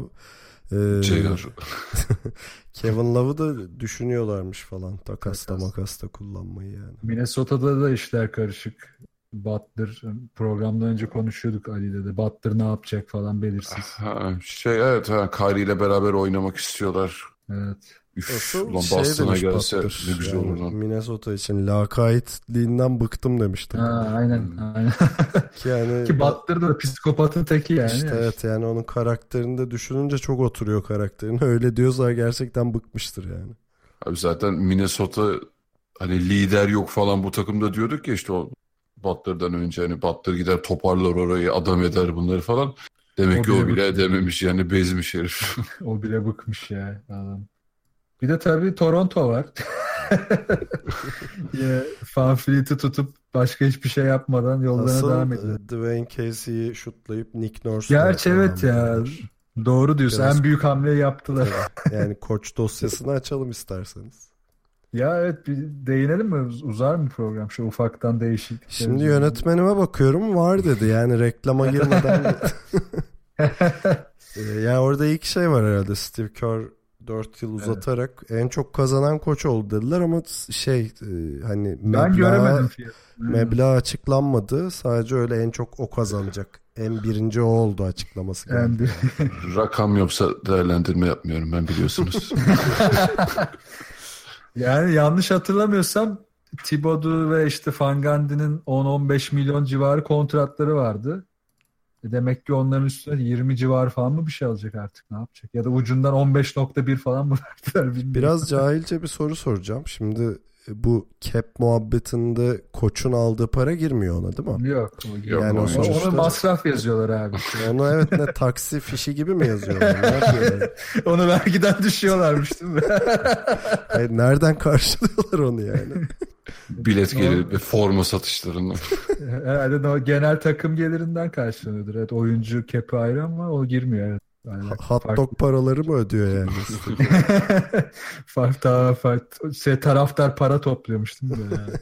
Kevin Love'ı da düşünüyorlarmış falan. Makasta kullanmayı yani. Minnesota'da da işler karışık. Butler, programdan önce konuşuyorduk Ali'yle de. Butler ne yapacak falan belirsiz. Evet, Kyrie ile beraber oynamak istiyorlar. Evet. Asıl Ulan Boston'a gelse Butler, ne güzel olur lan. Minnesota için lakaytliğinden bıktım demiştim. Aynen. Ki Butler da psikopatın teki yani. İşte evet, yani onun karakterinde düşününce çok oturuyor karakterine. Öyle diyorsa gerçekten bıkmıştır yani. Abi zaten Minnesota hani lider yok falan bu takımda diyorduk ya, işte o Butler'dan önce hani Butler gider toparlar orayı, adam eder bunları falan. Demek ki o bile edememiş yani, bezmiş herif. O bile bıkmış ya adam. Bir de tabii Toronto var. Yine Fanfleet'i tutup başka hiçbir şey yapmadan yollarına devam ediyor. Asıl Dwayne Casey'yi şutlayıp Nick Nurse'la Gerçi evet ya. devam Doğru diyorsun. Biraz- En büyük hamleyi yaptılar. Yani koç dosyasını açalım isterseniz. Ya evet, bir değinelim mi? Uzar mı program? Şu ufaktan değişiklik. Şimdi yönetmenime bakıyorum, var dedi. Yani reklama girmeden. Yani orada ilk şey var herhalde. Steve Kerr 4 yıl uzatarak en çok kazanan koç oldu dediler ama hani Ben göremedim fiyatını. meblağ açıklanmadı. Sadece öyle en çok o kazanacak. En birinci o oldu açıklaması geldi. Rakam yoksa değerlendirme yapmıyorum ben, biliyorsunuz. Yani yanlış hatırlamıyorsam Thibodeau ve işte Van Gundy'nin 10-15 milyon civarı kontratları vardı. Demek ki onların üstüne 20 civarı falan mı bir şey alacak artık, ne yapacak? Ya da ucundan 15.1 falan mı verdiler bilmiyorum. Biraz cahilce bir soru soracağım. Şimdi bu cap muhabbetinde koçun aldığı para girmiyor ona, değil mi? Yok. Yok, Yani o sonuçta- Onu masraf yazıyorlar abi. Onu evet, ne taksi fişi gibi mi yazıyorlar? Ne yapıyorlar? Onu vergiden düşüyorlarmış değil mi? Hayır, nereden karşılıyorlar onu yani? Bilet gelir ve forma satışlarını. Herhalde o genel takım gelirinden karşılanıyordur. Evet, oyuncu cap'i ayrı ama o girmiyor. Evet. Yani Hot dog paraları mı ödüyor yani? farklı taraftar para topluyormuş değil mi böyle yani?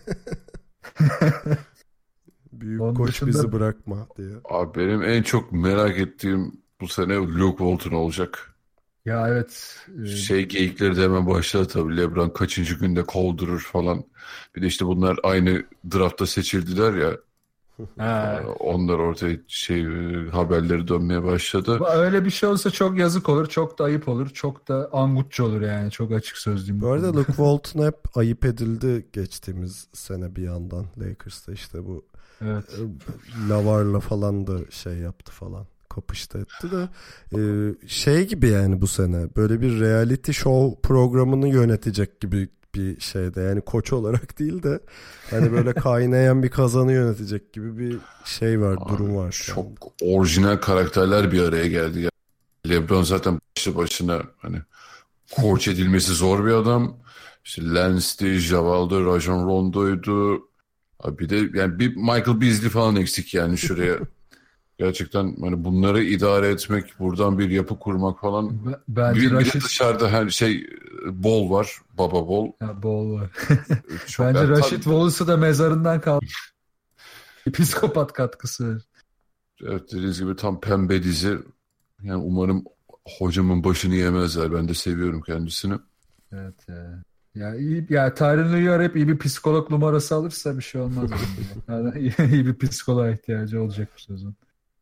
Büyük Onun koç dışında- bizi bırakma diye. Abi benim en çok merak ettiğim bu sene Luke Walton olacak. Ya evet. Geyikleri de hemen başladı tabii. LeBron kaçıncı günde kovdurur falan. Bir de işte bunlar aynı draftta seçildiler ya. Onlar ortaya haberleri dönmeye başladı. Öyle bir şey olsa çok yazık olur, çok da ayıp olur, çok da angutça olur yani, çok açık sözlüyüm. Bu arada Luke Walton hep ayıp edildi geçtiğimiz sene bir yandan. Lakers'ta işte bu Evet. Lavar'la falan da şey yaptı falan. Kapıştı etti de gibi yani bu sene böyle bir reality show programını yönetecek gibi bir şeyde, yani koç olarak değil de hani böyle kaynayan bir kazanı yönetecek gibi bir şey var, durum var şu an. Çok orijinal karakterler bir araya geldi. Yani LeBron zaten başlı başına hani koç edilmesi zor bir adam. İşte Lance'di, Javal'dı, Rajon Rondo'ydu. Abi bir de yani bir Michael Beasley falan eksik yani şuraya. Gerçekten hani bunları idare etmek, buradan bir yapı kurmak falan. Bence Bir de Raşit dışarıda her Bol var. Baba Bol. bol var. Çok Bence yani Raşit tabii- Wallace'ı da mezarından kaldı. Psikopat katkısı. Evet, dediğiniz gibi tam pembe dizi. Yani umarım hocamın başını yemezler. Ben de seviyorum kendisini. Evet ya. Ya iyi ya, Tyronn Lue'yu arayıp iyi bir psikolog numarası alırsa bir şey olmaz. Yani iyi bir psikoloğa ihtiyacı olacak bu sezon.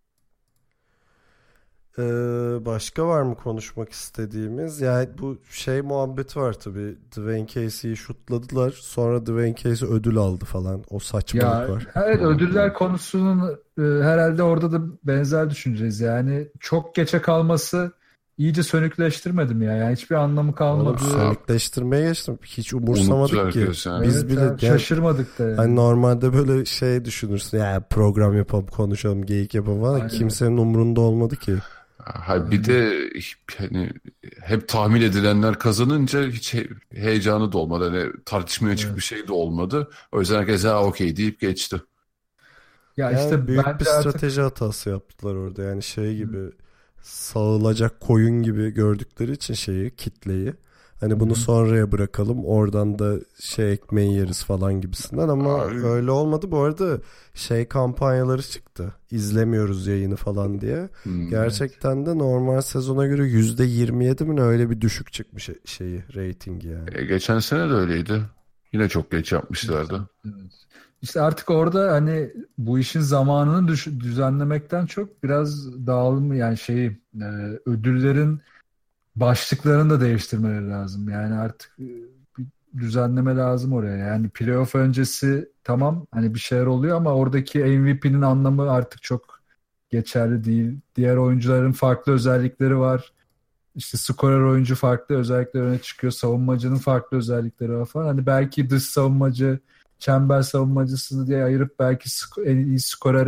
Başka var mı konuşmak istediğimiz? Yani bu muhabbeti var tabii. Dwayne Casey'yi şutladılar. Sonra Dwayne Casey ödül aldı falan. O saçmalık Ya var. evet, ödüller konusunun herhalde orada da benzer düşüneceğiz. Yani çok geçe kalması iyice sönükleştirmedim ya. Yani hiçbir anlamı kalmadı. Oğlum sönükleştirmeye geçtim. Hiç umursamadık Unuttu ki. herkes yani. Biz Evet bile ya, yani, şaşırmadık da yani. hani normalde böyle düşünürsün. Ya program yapalım, konuşalım, geyik yapalım falan. Aynen. Kimsenin umurunda olmadı ki. Ha, bir de hani hep tahmin edilenler kazanınca hiç heyecanı da olmadı. Hani tartışmaya açık bir şey de olmadı. O yüzden herkes okey deyip geçti. Ya Yani işte büyük bence bir artık strateji hatası yaptılar orada. Yani gibi sağılacak koyun gibi gördükleri için kitleyi. Hani bunu sonraya bırakalım, oradan da ekmeği yeriz falan gibisinden, ama öyle olmadı. Bu arada kampanyaları çıktı. İzlemiyoruz yayını falan diye. Gerçekten de normal sezona göre %27 mi öyle bir düşük çıkmış reytingi yani. Geçen sene de öyleydi. Yine çok geç yapmışlardı. evet. İşte artık orada hani bu işin zamanını düzenlemekten çok biraz dağılımı, yani ödüllerin başlıklarını da değiştirmeleri lazım. Yani artık bir düzenleme lazım oraya. Yani playoff öncesi tamam, hani bir şeyler oluyor ama oradaki MVP'nin anlamı artık çok geçerli değil. Diğer oyuncuların farklı özellikleri var. İşte skorer oyuncu farklı özellikler öne çıkıyor. Savunmacının farklı özellikleri var falan. Hani belki dış savunmacı, çember savunmacısını diye ayırıp belki en iyi skorer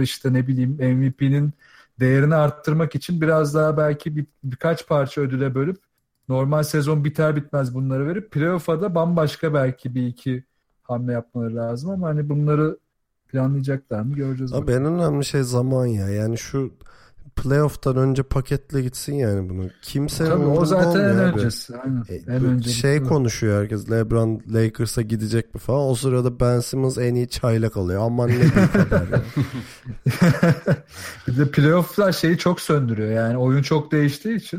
MVP'nin değerini arttırmak için biraz daha belki birkaç parça ödüle bölüp normal sezon biter bitmez bunları verip playoff'a da bambaşka belki bir iki hamle yapmaları lazım ama hani bunları planlayacaklar mı göreceğiz. Abi en önemli şey zaman ya. Yani şu playoff'tan önce paketle gitsin yani bunu. Kimsenin Tabii o zaten en öncesi. Aynen. En önce şey konuşuyor herkes. LeBron Lakers'a gidecek mi falan. O sırada Ben Simmons en iyi çaylak alıyor. Aman ne büyük haber ya. Bir de playoff'lar şeyi çok söndürüyor. Yani oyun çok değiştiği için.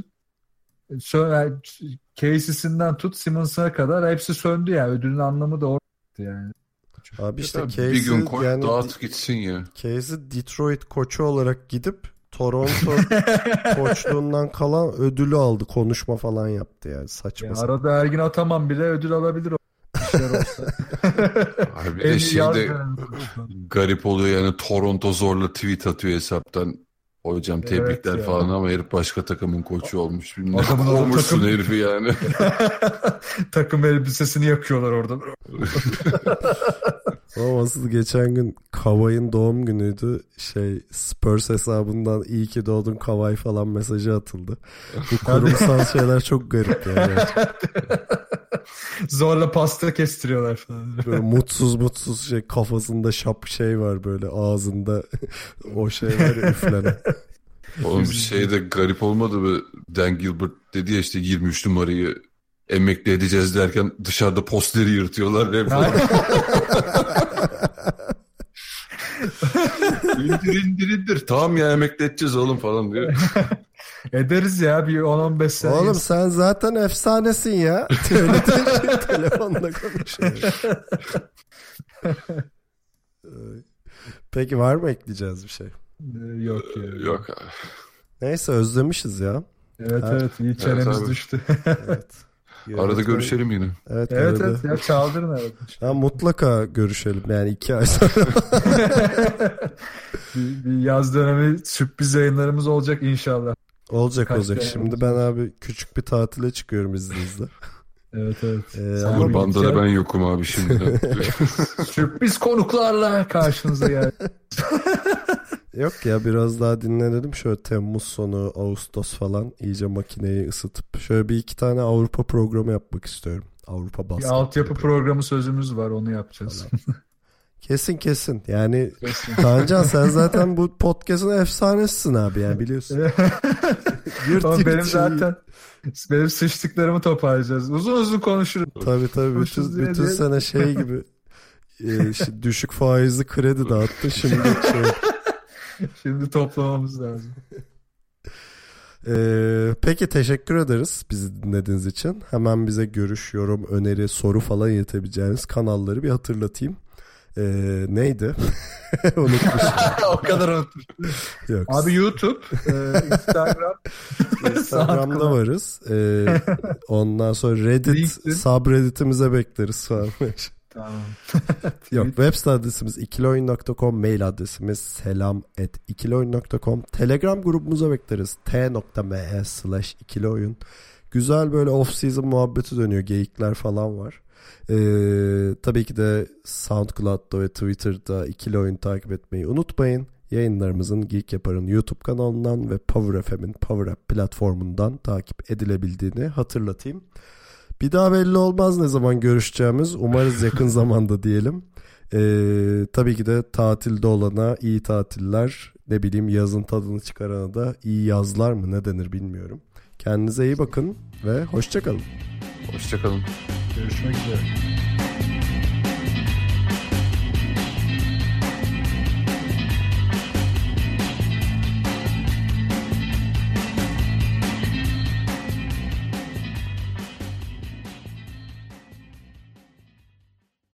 Casey'sinden tut Simmons'a kadar hepsi söndü yani. Ödülün anlamı da orada yani. Abi işte bir gün Casey koy yani dağıt gitsin ya. Casey Detroit koçu olarak gidip Toronto koçluğundan kalan ödülü aldı. Konuşma falan yaptı yani. Saçma. Yani arada Ergin Ataman bile ödül alabilir o işler olsa. Abi bir de şeyde garip oluyor yani Toronto zorla tweet atıyor hesaptan. Hocam tebrikler Evet falan ama herif başka takımın koçu olmuş. Ne Adamın orada olmuşsun takım- herifi yani. Takım elbisesini yakıyorlar orada. Ama asıl geçen gün Kawhi'nin doğum günüydü. Spurs hesabından iyi ki doğdun Kawhi falan mesajı atıldı. Bu kurumsal şeyler çok garip yani. Zorla pasta kestiriyorlar falan. Böyle mutsuz kafasında şey var böyle ağzında o şey var ya üflenen. Oğlum bir şey de garip olmadı mı? Dan Gilbert dedi ya işte 23 numarayı emekli edeceğiz derken dışarıda posteri yırtıyorlar. İndir. Tamam ya emekli edeceğiz oğlum falan diyor. Ederiz ya bir 10-15 sene. Oğlum sen zaten efsanesin ya. Öyle de telefonla konuşuyor. Peki var mı ekleyeceğiz bir şey? Yok ya. Yok abi. Neyse özlemişiz ya. Evet iyi çenemiz abi. düştü. Evet. Arada görüşelim yine. Evet Evet ya çaldırın arada. Ha, mutlaka görüşelim yani 2 ay sonra. bir yaz dönemi sürpriz yayınlarımız olacak inşallah. Olacak. Kaç Şimdi ben abi küçük bir tatile çıkıyorum izninizle. Evet. Ama bandada ben yokum abi şimdi. Sürpriz konuklarla karşınıza geldi. Yok ya biraz daha dinlenelim. Şöyle Temmuz sonu, Ağustos falan iyice makineyi ısıtıp şöyle bir iki tane Avrupa programı yapmak istiyorum. Avrupa Bir basketbolu. altyapı programı sözümüz var onu yapacağız. Kesin. Yani Tancan sen zaten bu podcast'ın efsanesisin abi yani biliyorsun. Ama benim sıçtıklarımı toparlayacağız. Uzun konuşuruz. Tabii bütün sene şey gibi düşük faizli kredi dağıttı şimdi Şimdi toplamamız lazım. Peki teşekkür ederiz bizi dinlediğiniz için. Hemen bize görüş, yorum, öneri, soru falan iletebileceğiniz kanalları bir hatırlatayım. Neydi? Unutmuşum. O kadar unutmuşum. Yok. Abi YouTube, Instagram'da varız. Ondan sonra Reddit, subreddit'imize bekleriz falan. Tamam. Yok, web site adresimiz ikiloyun.com, mail adresimiz selam@ikiloyun.com, Telegram grubumuza bekleriz t.me/ikiloyun. Güzel böyle off season muhabbeti dönüyor, geyikler falan var. Tabii ki de SoundCloud'da ve Twitter'da ikili oyun takip etmeyi unutmayın. Yayınlarımızın Geek Yapar'ın YouTube kanalından ve Power FM'in Power App platformundan takip edilebildiğini hatırlatayım. Bir daha belli olmaz ne zaman görüşeceğimiz. Umarız yakın zamanda diyelim. Tabii ki de tatilde olana iyi tatiller. Ne bileyim yazın tadını çıkarana da iyi yazlar mı ne denir bilmiyorum. Kendinize iyi bakın ve hoşça kalın. Hoşçakalın. Görüşmek üzere.